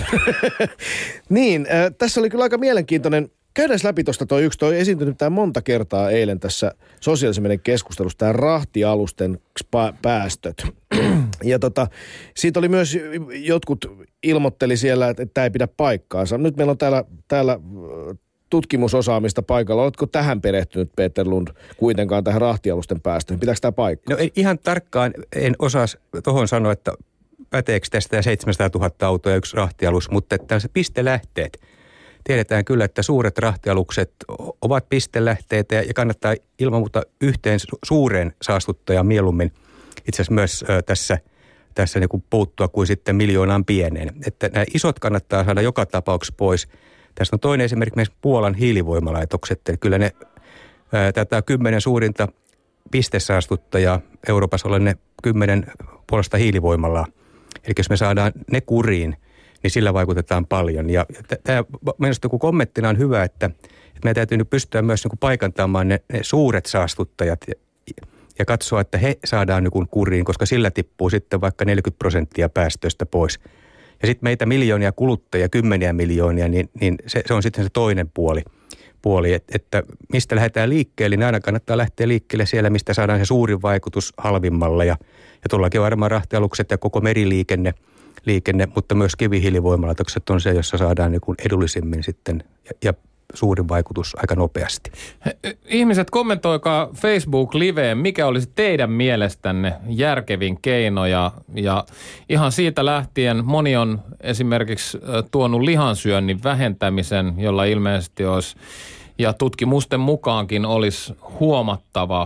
Niin, äh, tässä oli kyllä aika mielenkiintoinen. Käydään läpi tuosta toi yksi. Toi esiintynyt tämä monta kertaa eilen tässä sosiaalisen median keskustelussa, tämä rahtialusten päästöt. Ja tota, siitä oli myös, jotkut ilmoitteli siellä, että tämä ei pidä paikkaansa. Nyt meillä on täällä, täällä tutkimusosaamista paikalla. Oletko tähän perehtynyt, Peter Lund, kuitenkaan tähän rahtialusten päästöihin? Pitääkö tämä paikkaa? No ei, ihan tarkkaan en osaa tuohon sanoa, että päteekö tästä seitsemänsataatuhatta autoa ja yksi rahtialus, mutta että se pistelähteet. Tiedetään kyllä, että suuret rahtialukset ovat pistelähteitä ja kannattaa ilman muuta yhteen suureen saastuttajaan mieluummin itse asiassa myös ö, tässä, tässä niin kuin puuttua kuin sitten miljoonaan pieneen. Että nämä isot kannattaa saada joka tapauksessa pois. Tässä on toinen esimerkiksi myös Puolan hiilivoimalaitokset. Eli kyllä ne, ö, tätä kymmenen suurinta pistesaastuttajaa Euroopassa ole ne kymmenen puolesta hiilivoimalaa. Eli jos me saadaan ne kuriin, niin sillä vaikutetaan paljon. Ja tämä mielestäni kun kommenttina on hyvä, että, että meidän täytyy nyt pystyä myös niin kuin paikantamaan ne, ne suuret saastuttajat ja, ja katsoa, että he saadaan niin kuin kuriin, koska sillä tippuu sitten vaikka neljäkymmentä prosenttia päästöistä pois. Ja sitten meitä miljoonia kuluttajia, kymmeniä miljoonia, niin, niin se, se on sitten se toinen puoli. puoli että, että mistä lähdetään liikkeelle, niin aina kannattaa lähteä liikkeelle siellä, mistä saadaan se suurin vaikutus halvimmalla. Ja, ja tuollakin varmaan rahtialukset ja koko meriliikenne, liikenne, mutta myös kivihiilivoimalaitokset on se, jossa saadaan niin kuin edullisimmin sitten ja, ja suurin vaikutus aika nopeasti. Ihmiset, kommentoikaa Facebook-liveen, mikä olisi teidän mielestänne järkevin keino ja, ja ihan siitä lähtien moni on esimerkiksi tuonut lihansyönnin vähentämisen, jolla ilmeisesti olisi ja tutkimusten mukaankin olisi huomattava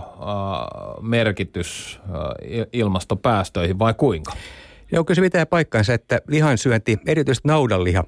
äh, merkitys äh, ilmastopäästöihin vai kuinka? Joo, kyllä se pitää paikkansa, että lihansyönti, erityisesti naudanliha,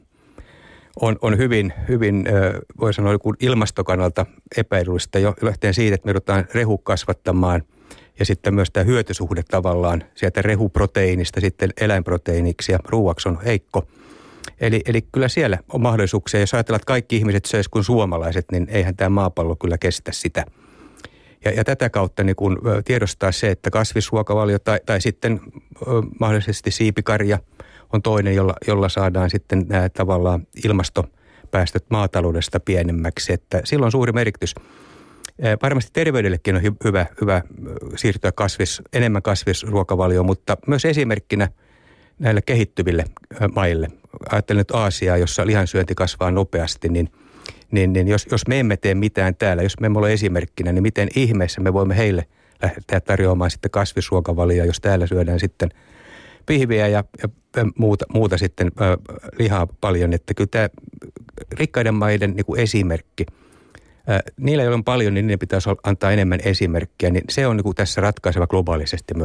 on, on hyvin, hyvin voi sanoa ilmastokannalta epäedullista jo lähtien siitä, että me joudutaan rehu kasvattamaan ja sitten myös tämä hyötysuhde tavallaan sieltä rehuproteiinista sitten eläinproteiiniksi ja ruuaksi on heikko. Eli, eli kyllä siellä on mahdollisuuksia, jos ajatellaan, että kaikki ihmiset söis kuin suomalaiset, niin eihän tämä maapallo kyllä kestä sitä. Ja, ja tätä kautta niin kun tiedostaa se, että kasvisruokavalio tai, tai sitten ö, mahdollisesti siipikarja on toinen, jolla, jolla saadaan sitten nämä tavallaan ilmastopäästöt maataloudesta pienemmäksi. Että sillä on suuri merkitys. Ää, varmasti terveydellekin on hy, hyvä, hyvä siirtyä kasvis, enemmän kasvisruokavalioon, mutta myös esimerkkinä näille kehittyville maille. Ajattelen nyt Aasiaa, jossa lihansyönti kasvaa nopeasti, niin Niin, niin jos, jos me emme tee mitään täällä, jos me emme ole esimerkkinä, niin miten ihmeessä me voimme heille lähteä tarjoamaan sitten kasvisruokavalioa, jos täällä syödään sitten pihviä ja, ja muuta, muuta sitten äh, lihaa paljon. Että kyllä tämä rikkaiden maiden niin kuin esimerkki, äh, niillä joilla on paljon, niin niiden pitäisi antaa enemmän esimerkkiä, niin se on niin kuin tässä ratkaiseva globaalisesti myös.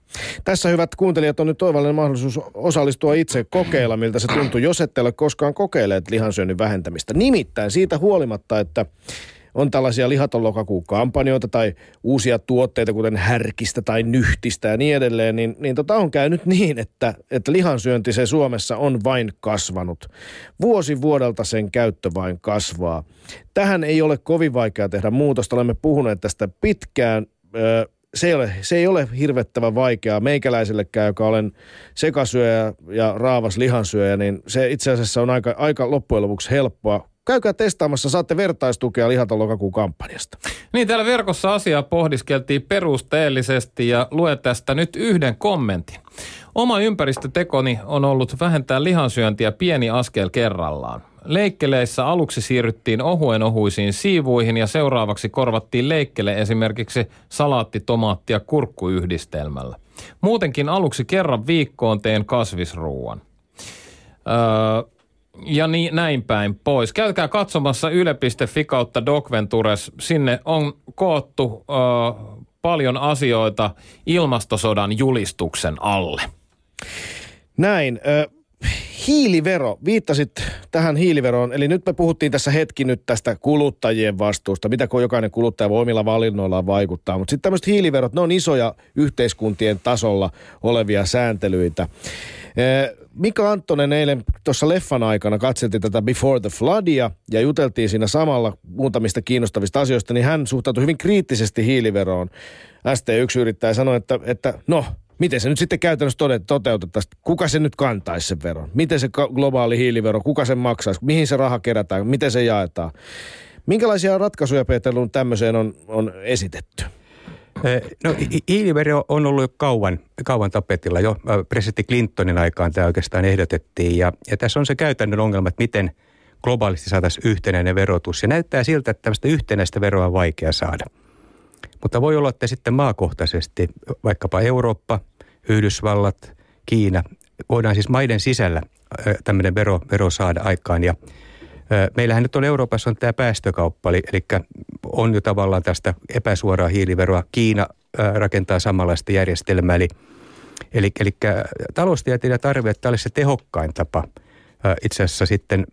Tässä hyvät kuuntelijat on nyt toivallinen mahdollisuus osallistua itse kokeilla, miltä se tuntuu, jos ette ole koskaan kokeilleet lihansyönnin vähentämistä. Nimittäin siitä huolimatta, että on tällaisia lihaton lokakuun kampanjoita tai uusia tuotteita, kuten härkistä tai nyhtistä ja niin edelleen, niin, niin tota on käynyt niin, että, että lihansyönti se Suomessa on vain kasvanut. Vuosi vuodelta sen käyttö vain kasvaa. Tähän ei ole kovin vaikea tehdä muutosta. Olemme puhuneet tästä pitkään. Se ei ole, se ei ole hirvettävän vaikeaa meikäläisellekään, joka olen sekasyöjä ja raavas lihansyöjä, niin se itse asiassa on aika, aika loppujen lopuksi helppoa. Käykää testaamassa, saatte vertaistukea lihaton lokakuun kampanjasta. Niin, täällä verkossa asiaa pohdiskeltiin perusteellisesti ja luen tästä nyt yhden kommentin. Oma ympäristötekoni on ollut vähentää lihansyöntiä pieni askel kerrallaan. Leikkeleissä aluksi siirryttiin ohuen ohuisiin siivuihin ja seuraavaksi korvattiin leikkele esimerkiksi salaatti, tomaatti ja kurkkuyhdistelmällä. Muutenkin aluksi kerran viikkoon teen kasvisruuan. Öö, ja niin, näin päin pois. Käykää katsomassa yle piste fi kautta Docventures. Sinne on koottu öö, paljon asioita ilmastosodan julistuksen alle. Näin. Ö, hiilivero. Viittasit tähän hiiliveroon. Eli nyt me puhuttiin tässä hetki nyt tästä kuluttajien vastuusta. Mitä kun jokainen kuluttaja voi omilla valinnoillaan vaikuttaa. Mutta sitten tämmöiset hiiliverot, ne on isoja yhteiskuntien tasolla olevia sääntelyitä. Mika Anttonen eilen tuossa leffan aikana katseltiin tätä Before the Floodia ja juteltiin siinä samalla muutamista kiinnostavista asioista, niin hän suhtautui hyvin kriittisesti hiiliveroon. S T yksi yrittää sanoa, että, että no, miten se nyt sitten käytännössä toteutettaisiin? Kuka se nyt kantaisi sen veron? Miten se globaali hiilivero, kuka sen maksaisi? Mihin se raha kerätään? Miten se jaetaan? Minkälaisia ratkaisuja, Peter Lund, tämmöiseen on, on esitetty? No, hiilivero on ollut jo kauan, kauan tapetilla. Jo presidentti Clintonin aikaan tämä oikeastaan ehdotettiin. Ja, ja tässä on se käytännön ongelma, että miten globaalisti saataisiin yhtenäinen verotus. Ja näyttää siltä, että tämmöistä yhtenäistä veroa on vaikea saada. Mutta voi olla, että sitten maakohtaisesti vaikkapa Eurooppa, Yhdysvallat, Kiina, voidaan siis maiden sisällä tämmöinen vero, vero saada aikaan. Ja meillähän nyt on Euroopassa on tämä päästökauppa, eli, eli on jo tavallaan tästä epäsuoraa hiiliveroa. Kiina rakentaa samanlaista järjestelmää, eli, eli, eli taloustieteilijät arvioivat, että tämä olisi se tehokkain tapa itse asiassa sitten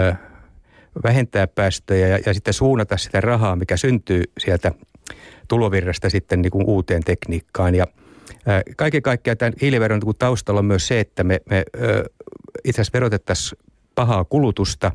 vähentää päästöjä ja, ja sitten suunnata sitä rahaa, mikä syntyy sieltä tulovirrasta sitten niin kuin uuteen tekniikkaan. Ja kaiken kaikkiaan tämän hiiliveron taustalla on myös se, että me, me itse asiassa verotettaisiin pahaa kulutusta.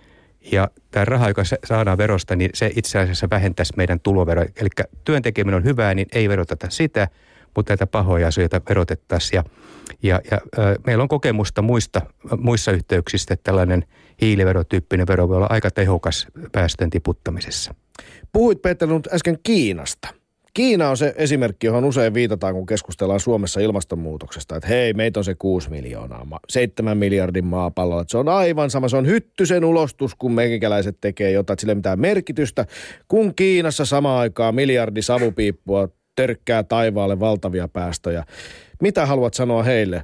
Ja tämä raha, joka saadaan verosta, niin se itse asiassa vähentäisi meidän tuloveroa. Eli työn tekeminen on hyvää, niin ei veroteta sitä, mutta näitä pahoja asioita verotettaisiin. Ja, ja, ja meillä on kokemusta muista, muissa yhteyksistä, että tällainen hiiliverotyyppinen vero voi olla aika tehokas päästöjen tiputtamisessa. Puhuit, Peter Lund, äsken Kiinasta. Kiina on se esimerkki, johon usein viitataan, kun keskustellaan Suomessa ilmastonmuutoksesta. Että hei, meitä on se kuusi miljoonaa, seitsemän miljardin maapallolla. Että se on aivan sama, se on hyttysen ulostus, kun meikäläiset tekee jotain, että sillä ei mitään merkitystä. Kun Kiinassa samaan aikaan miljardi savupiippua törkkää taivaalle valtavia päästöjä. Mitä haluat sanoa heille,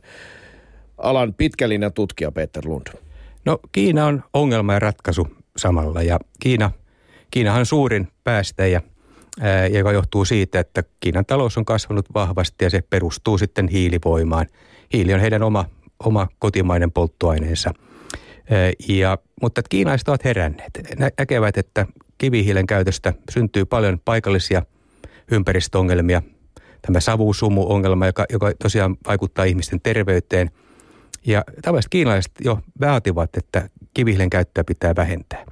alan pitkälinjan tutkija Peter Lund? No, Kiina on ongelma ja ratkaisu samalla. Ja Kiina, Kiinahan on suurin päästäjä, joka johtuu siitä, että Kiinan talous on kasvanut vahvasti ja se perustuu sitten hiilivoimaan. Hiili on heidän oma, oma kotimainen polttoaineensa. Ja, mutta kiinalaiset ovat heränneet. Nä, näkevät, että kivihiilen käytöstä syntyy paljon paikallisia ympäristöongelmia. Tämä savusumu-ongelma, joka, joka tosiaan vaikuttaa ihmisten terveyteen. Ja tavalliset kiinalaiset jo vaativat, että kivihiilen käyttöä pitää vähentää.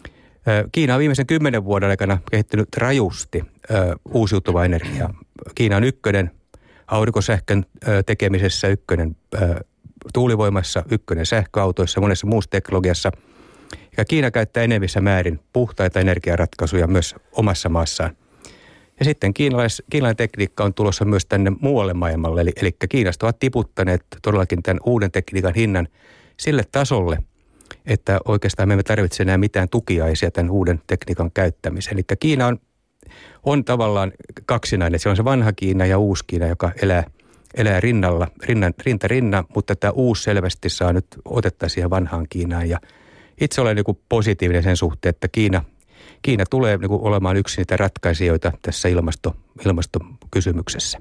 Kiina on viimeisen kymmenen vuoden aikana kehittynyt rajusti ö, uusiutuvaa energiaa. Kiina on ykkönen aurinkosähkön ö, tekemisessä, ykkönen ö, tuulivoimassa, ykkönen sähköautoissa, monessa muussa teknologiassa. Ja Kiina käyttää enemmissä määrin puhtaita energiaratkaisuja myös omassa maassaan. Ja sitten kiinalais, kiinalainen tekniikka on tulossa myös tänne muualle maailmalle. Eli, eli Kiinasta ovat tiputtaneet todellakin tämän uuden tekniikan hinnan sille tasolle, että oikeastaan me emme tarvitse enää mitään tukiaisia tämän uuden tekniikan käyttämiseen. Eli Kiina on, on tavallaan kaksinainen. Se on se vanha Kiina ja uusi Kiina, joka elää, elää rinnalla, rinnan, rinta rinnan, mutta tämä uusi selvästi saa nyt otetta siihen vanhaan Kiinaan. Ja itse olen niin positiivinen sen suhteen, että Kiina, Kiina tulee niin olemaan yksi niitä ratkaisijoita tässä ilmasto, ilmastokysymyksessä.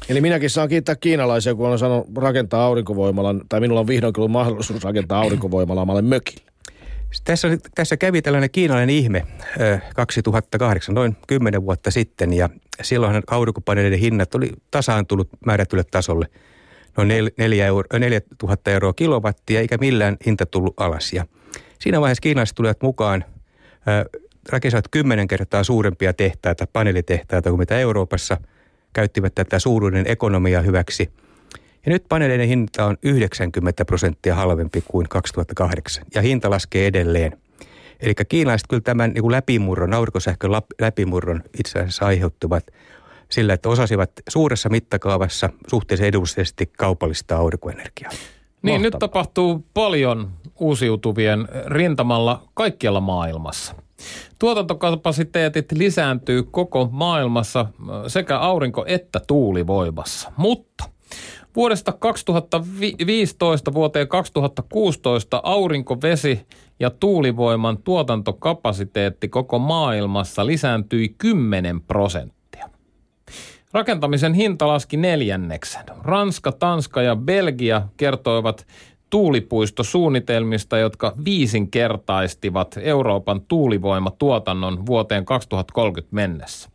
Eli minäkin saan kiittää kiinalaisia, kun olen sanonut rakentaa aurinkovoimalan, tai minulla on vihdoinkin ollut mahdollisuus rakentaa aurinkovoimalaa omalle mökille. Tässä, tässä kävi tällainen kiinalainen ihme kaksituhattakahdeksan, noin kymmenen vuotta sitten, ja silloinhan aurinkopaneeleiden hinnat oli tasaantunut määrätylle tasolle. Noin neljätuhatta euroa kilowattia, eikä millään hinta tullut alas. Ja siinä vaiheessa kiinalaiset tulivat mukaan, rakensivat kymmenen kertaa suurempia tehtaita, paneelitehtaita kuin mitä Euroopassa, käyttivät tätä suuruuden ekonomiaa hyväksi. Ja nyt paneeleiden hinta on yhdeksänkymmentä prosenttia halvempi kuin kaksituhattakahdeksan, ja hinta laskee edelleen. Eli kiinalaiset kyllä tämän niin kuin läpimurron, aurinkosähkön läpimurron itse asiassa aiheuttuvat sillä, että osasivat suuressa mittakaavassa suhteellisen edullisesti kaupallista aurinkoenergiaa. Niin, nyt tapahtuu paljon uusiutuvien rintamalla kaikkialla maailmassa. Tuotantokapasiteetit lisääntyy koko maailmassa sekä aurinko- että tuulivoimassa, mutta vuodesta kaksituhattaviisitoista vuoteen kaksituhattakuusitoista aurinko-, vesi- ja tuulivoiman tuotantokapasiteetti koko maailmassa lisääntyi kymmenen prosenttia. Rakentamisen hinta laski neljänneksen. Ranska, Tanska ja Belgia kertoivat tuulipuistosuunnitelmista, jotka viisinkertaistivat Euroopan tuulivoimatuotannon vuoteen kaksituhattakolmekymmentä mennessä.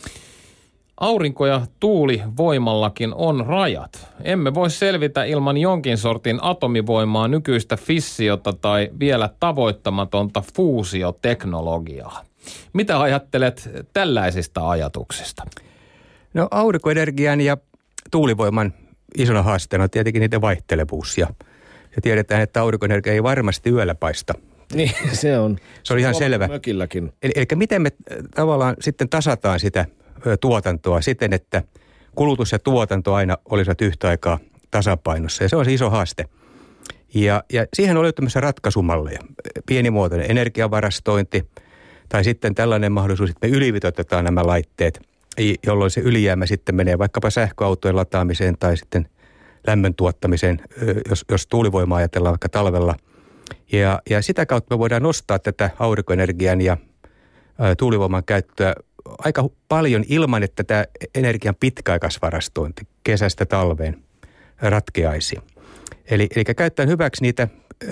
Aurinko- ja tuulivoimallakin on rajat. Emme voi selvitä ilman jonkin sortin atomivoimaa, nykyistä fissiota tai vielä tavoittamatonta fuusioteknologiaa. Mitä ajattelet tällaisista ajatuksista? No aurinkoenergian ja tuulivoiman isona haasteena on tietenkin niiden vaihtelevuus ja, ja tiedetään, että aurinkoenergia ei varmasti yöllä paista. Niin, se on. Se on ihan selvä. Mökilläkin. Eli, eli miten me tavallaan sitten tasataan sitä tuotantoa siten, että kulutus ja tuotanto aina olisivat yhtä aikaa tasapainossa. Ja se on se iso haaste. Ja, ja siihen on löytymässä ratkaisumalleja. Pienimuotoinen energiavarastointi tai sitten tällainen mahdollisuus, että me ylivitotetaan nämä laitteet, jolloin se ylijäämä sitten menee vaikkapa sähköautojen lataamiseen tai sitten lämmön tuottamiseen, jos, jos tuulivoimaa ajatellaan vaikka talvella. Ja, ja sitä kautta me voidaan nostaa tätä aurinkoenergian ja ä, tuulivoiman käyttöä aika paljon ilman, että tämä energian pitkäaikaisvarastointi kesästä talveen ratkeaisi. Eli, eli käyttäen hyväksi niitä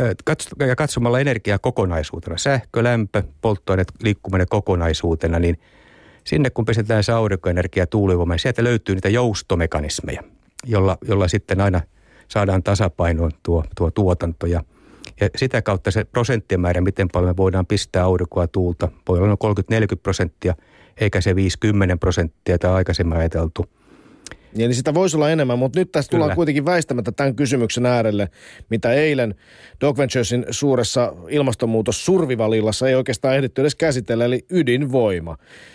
ja katsomalla energiaa kokonaisuutena, sähkö, lämpö, polttoaineet, liikkuminen kokonaisuutena, niin sinne kun pistetään se aurinkoenergia ja tuulivoima, niin sieltä löytyy niitä joustomekanismeja, jolla, jolla sitten aina saadaan tasapainoon tuo, tuo tuotanto. Ja, ja sitä kautta se prosenttien määrä, miten paljon me voidaan pistää aurinkoa tuulta, voi olla noin kolmekymmentä neljäkymmentä prosenttia, eikä se viisikymmentä prosenttia tai aikaisemmin ajateltu. Ja niin sitä voisi olla enemmän, mutta nyt tästä Kyllä. tullaan kuitenkin väistämättä tämän kysymyksen äärelle, mitä eilen Doc Venturesin suuressa ilmastonmuutos-survivalillassa ei oikeastaan ehditty edes käsitellä, eli ydinvoima.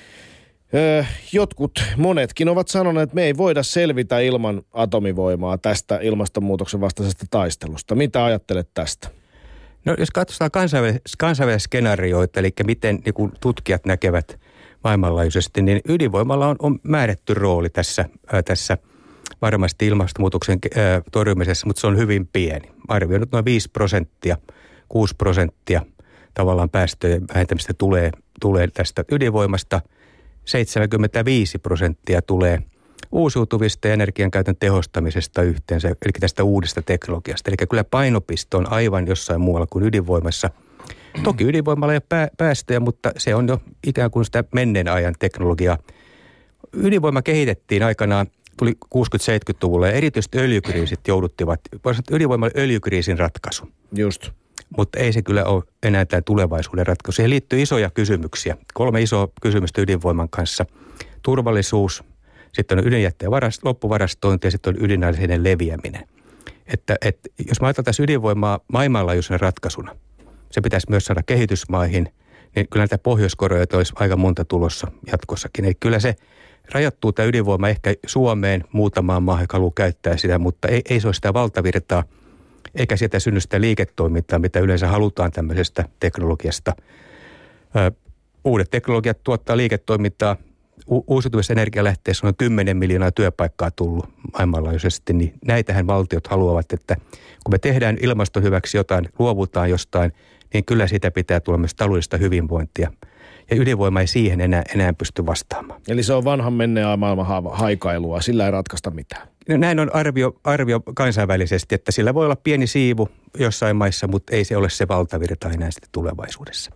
Öö, jotkut, monetkin ovat sanoneet, että me ei voida selvitä ilman atomivoimaa tästä ilmastonmuutoksen vastaisesta taistelusta. Mitä ajattelet tästä? No jos katsotaan kansainvälisiä, kansainvälisiä skenaarioita, eli miten niin kuin tutkijat näkevät maailmanlaajuisesti, niin ydinvoimalla on, on määrätty rooli tässä, ää, tässä varmasti ilmastonmuutoksen ää, torjumisessa, mutta se on hyvin pieni. Arvioinut noin viisi prosenttia, kuusi prosenttia tavallaan päästöjen vähentämistä tulee, tulee tästä ydinvoimasta. seitsemänkymmentäviisi prosenttia tulee uusiutuvista energiankäytön tehostamisesta yhteensä, eli tästä uudesta teknologiasta. Eli kyllä painopiste on aivan jossain muualla kuin ydinvoimassa. Toki ydinvoimalla ei ole päästöjä, mutta se on jo ikään kuin sitä menneen ajan teknologiaa. Ydinvoima kehitettiin aikanaan, tuli kuusikymmentä-seitsemänkymmentäluvulla ja erityisesti öljykriisit jouduttivat, ydinvoima oli öljykriisin ratkaisu. Just. Mutta ei se kyllä ole enää tämä tulevaisuuden ratkaisu. Siihen liittyy isoja kysymyksiä. Kolme isoa kysymystä ydinvoiman kanssa. Turvallisuus, sitten on ydinjätteen varast, loppuvarastointi ja sitten on ydinaineiden leviäminen. Että, että jos me ajatellaan tässä ydinvoimaa maailmanlaajuisena ratkaisuna, se pitäisi myös saada kehitysmaihin, niin kyllä näitä Pohjois-Koreoita olisi aika monta tulossa jatkossakin. Eli kyllä se rajoittuu tämä ydinvoima ehkä Suomeen muutamaan maahan, joka haluaa käyttää sitä, mutta ei, ei se ole sitä valtavirtaa, eikä sieltä synny sitä liiketoimintaa, mitä yleensä halutaan tämmöisestä teknologiasta. Ö, uudet teknologiat tuottaa liiketoimintaa. U- uusiutuvissa energialähteissä on kymmenen miljoonaa työpaikkaa tullut maailmanlaajuisesti, niin näitähän valtiot haluavat, että kun me tehdään ilmaston hyväksi jotain, luovutaan jostain, niin kyllä siitä pitää tulla myös taloudellista hyvinvointia. ja ydinvoima ei siihen enää, enää pysty vastaamaan. Eli se on vanhan menneen maailman haikailua, sillä ei ratkaista mitään. No näin on arvio, arvio kansainvälisesti, että sillä voi olla pieni siivu jossain maissa, mutta ei se ole se valtavirta enää sitten tulevaisuudessa.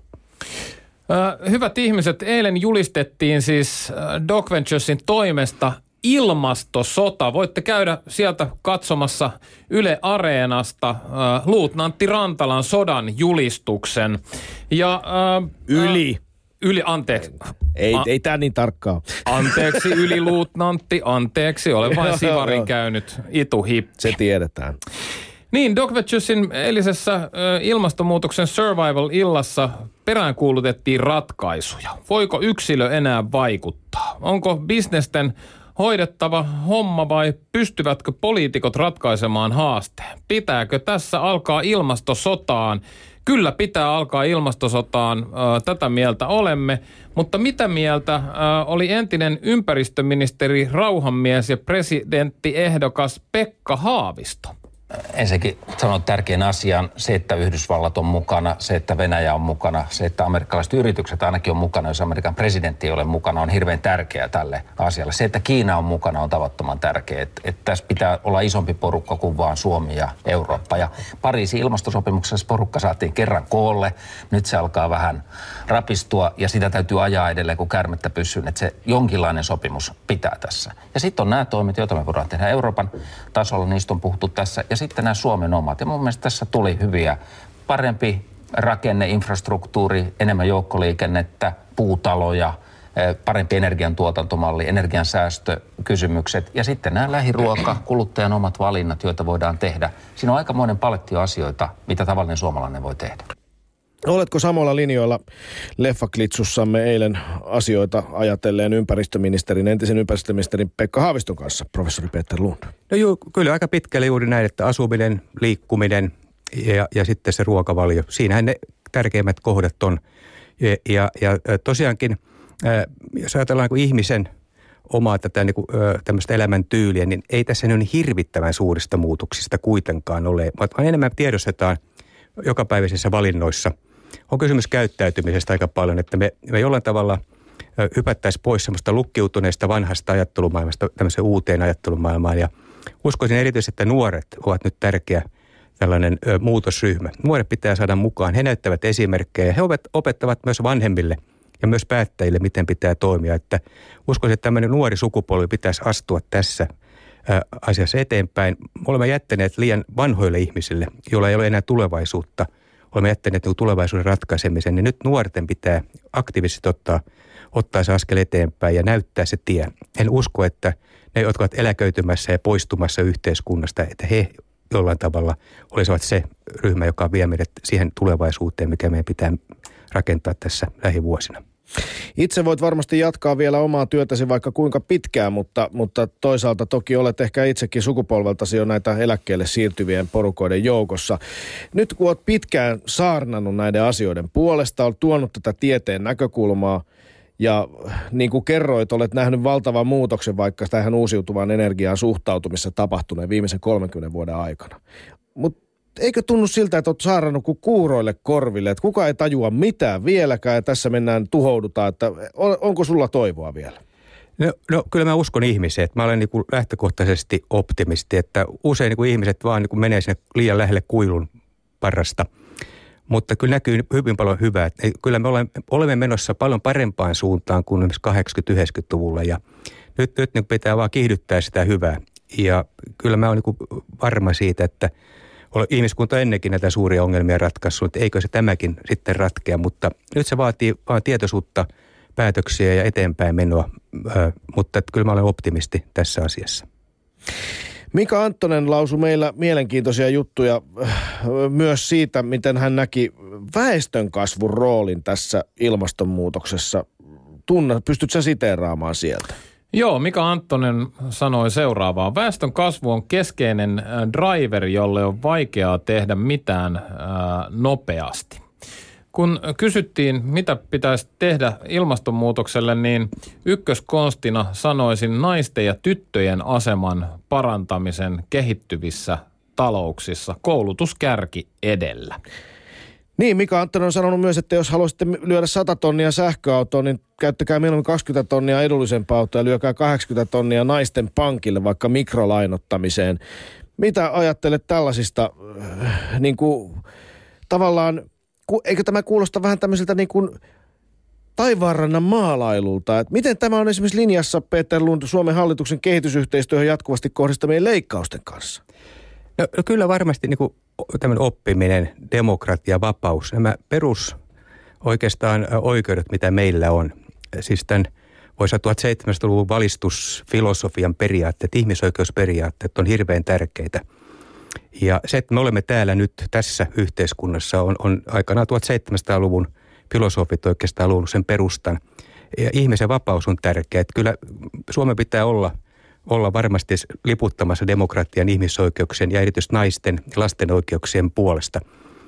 Hyvät ihmiset, eilen julistettiin siis Doc Venturesin toimesta ilmastosota. Voitte käydä sieltä katsomassa Yle Areenasta äh, luutnantti Rantalan sodan julistuksen. Ja, äh, Yli. Äh, yli, anteeksi. Ei, A- ei tää niin tarkkaa. Anteeksi, yliluutnantti, anteeksi. Olen vain Sivarin käynyt ituhippi. Se tiedetään. Niin, Doc Venturesin eilisessä äh, ilmastonmuutoksen survival-illassa peräänkuulutettiin ratkaisuja. Voiko yksilö enää vaikuttaa? Onko bisnesten hoidettava homma vai pystyvätkö poliitikot ratkaisemaan haasteen? Pitääkö tässä alkaa ilmastosotaan? Kyllä pitää alkaa ilmastosotaan, äh, tätä mieltä olemme, mutta mitä mieltä äh, oli entinen ympäristöministeri, rauhanmies ja presidenttiehdokas Pekka Haavisto? Ensinnäkin sanon tärkeän asian, se, että Yhdysvallat on mukana, se, että Venäjä on mukana, se, että amerikkalaiset yritykset ainakin on mukana, jos Amerikan presidentti ei ole mukana, on hirveän tärkeää tälle asialle. Se, että Kiina on mukana, on tavattoman tärkeää. Että, että tässä pitää olla isompi porukka kuin vaan Suomi ja Eurooppa. Ja Pariisin ilmastosopimuksessa porukka saatiin kerran koolle, nyt se alkaa vähän rapistua ja sitä täytyy ajaa edelleen kuin käärmettä pyssyyn, että se jonkinlainen sopimus pitää tässä. Ja sitten on nämä toimet, joita me voidaan tehdä Euroopan tasolla, niistä on puhuttu tässä. Ja sitten nämä Suomen omat. Ja mun mielestä tässä tuli hyviä, parempi rakenne, infrastruktuuri, enemmän joukkoliikennettä, puutaloja, parempi energiantuotantomalli, energiansäästökysymykset ja sitten nämä lähiruoka, kuluttajan omat valinnat, joita voidaan tehdä. Siinä on aikamoinen paletti asioita, mitä tavallinen suomalainen voi tehdä. Oletko samoilla linjoilla leffaklitsussamme eilen asioita ajatelleen ympäristöministerin, entisen ympäristöministerin Pekka Haaviston kanssa, professori Peter Lund? No juu, kyllä aika pitkälle juuri näin, että asuminen, liikkuminen ja, ja sitten se ruokavalio. Siinähän ne tärkeimmät kohdat on. Ja, ja, ja tosiaankin, jos ajatellaan niin ihmisen omaa tätä niin kuin, tämmöistä elämäntyyliä, niin ei tässä niin hirvittävän suurista muutoksista kuitenkaan ole, vaan enemmän tiedostetaan jokapäiväisissä valinnoissa. On kysymys käyttäytymisestä aika paljon, että me, me jollain tavalla hypättäisiin pois semmoista lukkiutuneesta vanhasta ajattelumaailmasta tämmöiseen uuteen ajattelumaailmaan. Ja uskoisin erityisesti, että nuoret ovat nyt tärkeä tällainen ö, muutosryhmä. Nuoret pitää saada mukaan. He näyttävät esimerkkejä. He opettavat myös vanhemmille ja myös päättäjille, miten pitää toimia. Että uskoisin, että tämmöinen nuori sukupolvi pitäisi astua tässä ö, asiassa eteenpäin. Me olemme jättäneet liian vanhoille ihmisille, joilla ei ole enää tulevaisuutta. Olemme jättäneet tulevaisuuden ratkaisemisen, niin nyt nuorten pitää aktiivisesti ottaa, ottaa se askel eteenpäin ja näyttää se tie. En usko, että ne, jotka ovat eläköitymässä ja poistumassa yhteiskunnasta, että he jollain tavalla olisivat se ryhmä, joka vie meidät siihen tulevaisuuteen, mikä meidän pitää rakentaa tässä lähivuosina. Itse voit varmasti jatkaa vielä omaa työtäsi vaikka kuinka pitkään, mutta, mutta toisaalta toki olet ehkä itsekin sukupolveltasi jo näitä eläkkeelle siirtyvien porukoiden joukossa. Nyt kun olet pitkään saarnannut näiden asioiden puolesta, olet tuonut tätä tieteen näkökulmaa ja niin kuin kerroit, olet nähnyt valtavan muutoksen vaikka tähän uusiutuvaan energiaan suhtautumissa tapahtuneen viimeisen kolmenkymmenen vuoden aikana. Mutta eikö tunnu siltä, että olet saarannut kuin kuuroille korville, että kukaan ei tajua mitään vieläkään ja tässä mennään tuhoudutaan, että on, onko sulla toivoa vielä? No, no kyllä mä uskon ihmiseen, että mä olen niin kuin lähtökohtaisesti optimisti, että usein niin kuin ihmiset vaan niin kuin menee sinne liian lähelle kuilun parrasta. Mutta kyllä näkyy hyvin paljon hyvää. Kyllä me olemme, olemme menossa paljon parempaan suuntaan kuin esimerkiksi kahdeksankymmentä-yhdeksänkymmentäluvulla ja nyt, nyt niin pitää vaan kiihdyttää sitä hyvää. Ja kyllä mä olen niin varma siitä, että ihmiskunta ennenkin näitä suuria ongelmia ratkaissut, että eikö se tämäkin sitten ratkea, mutta nyt se vaatii vaan tietoisuutta, päätöksiä ja eteenpäin menoa, mutta kyllä mä olen optimisti tässä asiassa. Mika Anttonen lausui meillä mielenkiintoisia juttuja myös siitä, miten hän näki väestönkasvun roolin tässä ilmastonmuutoksessa. Tunna, pystytkö sä siteeraamaan sieltä? Joo, Mika Anttonen sanoi seuraavaa. Väestön kasvu on keskeinen driver, jolle on vaikeaa tehdä mitään ää, nopeasti. Kun kysyttiin, mitä pitäisi tehdä ilmastonmuutokselle, niin ykköskonstina sanoisin naisten ja tyttöjen aseman parantamisen kehittyvissä talouksissa. Koulutuskärki edellä. Niin, Mika Anttonen on sanonut myös, että jos haluaisitte lyödä sata tonnia sähköautoon, niin käyttäkää mieluummin kaksikymmentä tonnia edullisempaa autoa ja lyökää kahdeksankymmentä tonnia naisten pankille, vaikka mikrolainottamiseen. Mitä ajattelet tällaisista, äh, niin kuin tavallaan, ku, eikö tämä kuulosta vähän tämmöiseltä niin kuin taivaanrannan maalailulta? Et miten tämä on esimerkiksi linjassa, Peter Lund, Suomen hallituksen kehitysyhteistyöhön jatkuvasti kohdistamien leikkausten kanssa? No, no kyllä varmasti niin kuin tämmöinen oppiminen, demokratia, vapaus, nämä perus oikeastaan oikeudet, mitä meillä on. Siis tämän voisi sanoa tuhatseitsemänsataaluvun valistusfilosofian periaatteet, ihmisoikeusperiaatteet on hirveän tärkeitä. Ja se, että me olemme täällä nyt tässä yhteiskunnassa, on, on aikanaan tuhatseitsemänsataaluvun filosofit oikeastaan luonut sen perustan. Ja ihmisen vapaus on tärkeä. Että kyllä Suomen pitää olla, olla varmasti liputtamassa demokratian, ihmisoikeuksien ja erityisesti naisten ja lasten oikeuksien puolesta.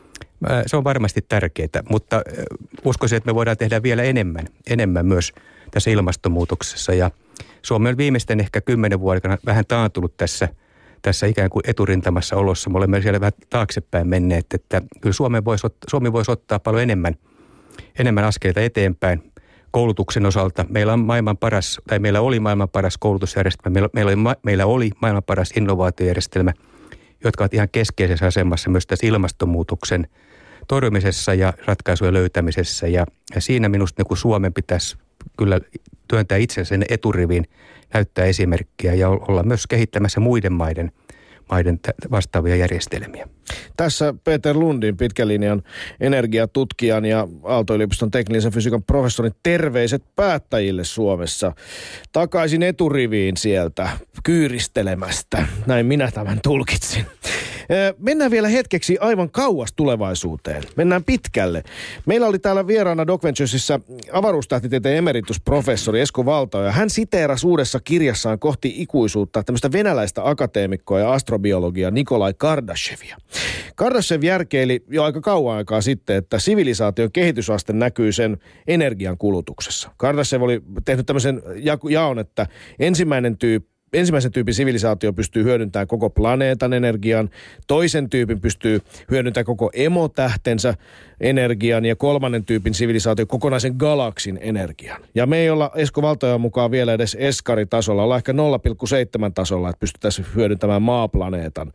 Se on varmasti tärkeää, mutta uskoisin, että me voidaan tehdä vielä enemmän, enemmän myös tässä ilmastonmuutoksessa. Ja Suomi on viimeisten ehkä kymmenen vuoden vähän taantunut tässä, tässä ikään kuin eturintamassa olossa. Me olemme siellä vähän taaksepäin menneet, että kyllä Suomi voisi, Suomi voisi ottaa paljon enemmän, enemmän askeleita eteenpäin. Koulutuksen osalta meillä on maailman paras, tai meillä oli maailman paras koulutusjärjestelmä, meillä, meillä, oli, meillä oli maailman paras innovaatiojärjestelmä, jotka ovat ihan keskeisessä asemassa myös tässä ilmastonmuutoksen torjumisessa ja ratkaisujen löytämisessä. Ja, ja siinä minusta niin Suomen pitäisi kyllä työntää itsensä eturiviin, näyttää esimerkkiä ja olla myös kehittämässä muiden maiden, maiden vastaavia järjestelmiä. Tässä Peter Lundin pitkän linjan energiatutkijan ja Aalto-yliopiston teknillisen fysiikan professorin terveiset päättäjille Suomessa. Takaisin eturiviin sieltä kyyristelemästä. Näin minä tämän tulkitsin. Mennään vielä hetkeksi aivan kauas tulevaisuuteen. Mennään pitkälle. Meillä oli täällä vieraana Doc Venturesissa avaruustähtitieteen emeritusprofessori Esko Valtaoja. Hän siteerasi uudessa kirjassaan Kohti ikuisuutta tämmöistä venäläistä akateemikkoa ja astrobiologia Nikolai Kardashevia. Kardashev järkeili jo aika kauan aikaa sitten, että sivilisaation kehitysaste näkyy sen energian kulutuksessa. Kardashev oli tehnyt tämmöisen jaon, että ensimmäinen tyyppi Ensimmäisen tyypin sivilisaatio pystyy hyödyntämään koko planeetan energian, toisen tyypin pystyy hyödyntämään koko emotähtensä energian ja kolmannen tyypin sivilisaatio kokonaisen galaksin energian. Ja me ei olla Esko Valtaojan mukaan vielä edes eskaritasolla, ollaan ehkä nolla pilkku seitsemän tasolla, että pystyttäisiin hyödyntämään maaplaneetan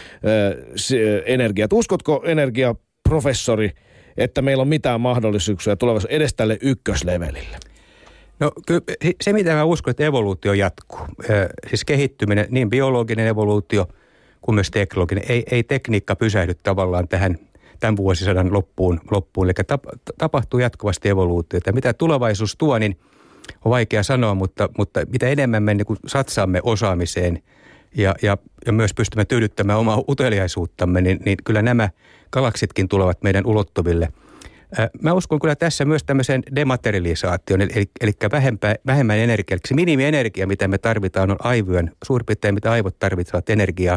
ö, energiat. Uskotko, energiaprofessori, että meillä on mitään mahdollisuuksia tulevaisuudessa edes tälle ykköslevelille? No kyllä se, mitä mä uskon, että evoluutio jatkuu, siis kehittyminen, niin biologinen evoluutio kuin myös teknologinen, ei, ei tekniikka pysähdy tavallaan tähän tämän vuosisadan loppuun, loppuun. Eli tap, tapahtuu jatkuvasti evoluutiota. Mitä tulevaisuus tuo, niin on vaikea sanoa, mutta, mutta mitä enemmän me niin kuin satsaamme osaamiseen ja, ja, ja myös pystymme tyydyttämään omaa uteliaisuuttamme, niin, niin kyllä nämä galaksitkin tulevat meidän ulottuville. Mä uskon kyllä tässä myös tämmöiseen dematerialisaatioon, eli, eli vähempää, vähemmän energiaa. Eli se minimienergia, mitä me tarvitaan, on aivojen, suurin piirtein mitä aivot tarvitsevat energiaa.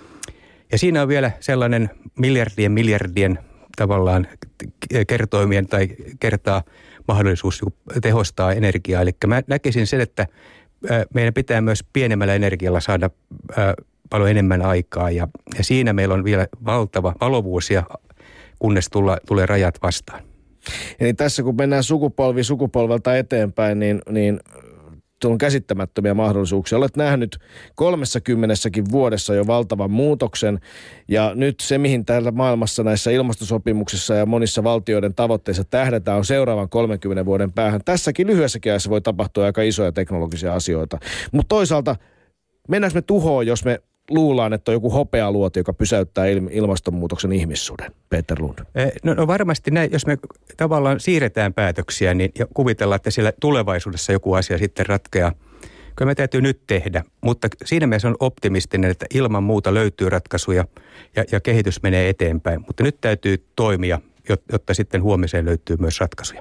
Ja siinä on vielä sellainen miljardien miljardien tavallaan kertoimien tai kertaa mahdollisuus tehostaa energiaa. Eli mä näkisin sen, että meidän pitää myös pienemmällä energialla saada paljon enemmän aikaa. Ja, ja siinä meillä on vielä valtava valovuosia, kunnes tulla, tulee rajat vastaan. Eli tässä kun mennään sukupolvi sukupolvelta eteenpäin, niin, niin on käsittämättömiä mahdollisuuksia. Olet nähnyt kolmessakymmenessäkin vuodessa jo valtavan muutoksen, ja nyt se, mihin täällä maailmassa näissä ilmastosopimuksissa ja monissa valtioiden tavoitteissa tähdätään, on seuraavan kolmenkymmenen vuoden päähän. Tässäkin lyhyessäkin ajassa voi tapahtua aika isoja teknologisia asioita. Mutta toisaalta mennäänkö me tuhoon, jos me luullaan, että on joku hopealuoti, joka pysäyttää ilmastonmuutoksen ihmissuuden? Peter Lund. No, no varmasti näin, jos me tavallaan siirretään päätöksiä niin, ja kuvitellaan, että siellä tulevaisuudessa joku asia sitten ratkeaa. Kyllä me täytyy nyt tehdä, mutta siinä mielessä on optimistinen, että ilman muuta löytyy ratkaisuja ja, ja kehitys menee eteenpäin. Mutta nyt täytyy toimia, jotta sitten huomiseen löytyy myös ratkaisuja.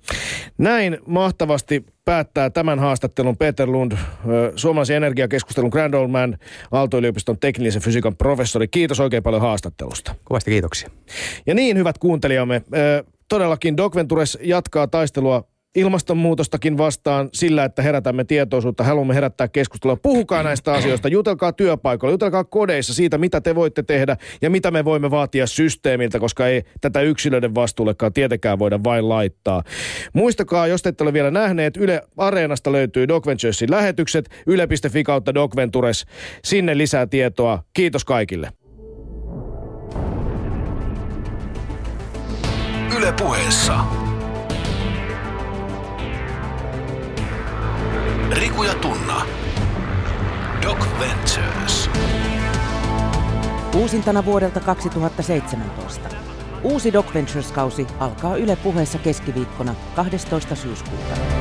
Näin mahtavasti päättää tämän haastattelun Peter Lund, suomalaisen energiakeskustelun Grand Old Man, Aalto-yliopiston teknillisen fysiikan professori. Kiitos oikein paljon haastattelusta. Kovasti kiitoksia. Ja niin, hyvät kuuntelijamme, todellakin Doc Ventures jatkaa taistelua ilmastonmuutostakin vastaan sillä, että herätämme tietoisuutta, haluamme herättää keskustelua. Puhukaa näistä asioista, jutelkaa työpaikoilla, jutelkaa kodeissa siitä, mitä te voitte tehdä ja mitä me voimme vaatia systeemiltä, koska ei tätä yksilöiden vastuullekaan tietenkään voida vain laittaa. Muistakaa, jos te ette ole vielä nähneet, Yle Areenasta löytyy Doc Venturesin lähetykset, yle piste fi kautta Doc Ventures. Sinne lisää tietoa. Kiitos kaikille. Yle Puheessa. Riku ja Tunna. Doc Ventures. Uusintana vuodelta kaksituhattaseitsemäntoista. Uusi Doc Ventures-kausi alkaa Yle Puheessa keskiviikkona kahdestoista syyskuuta.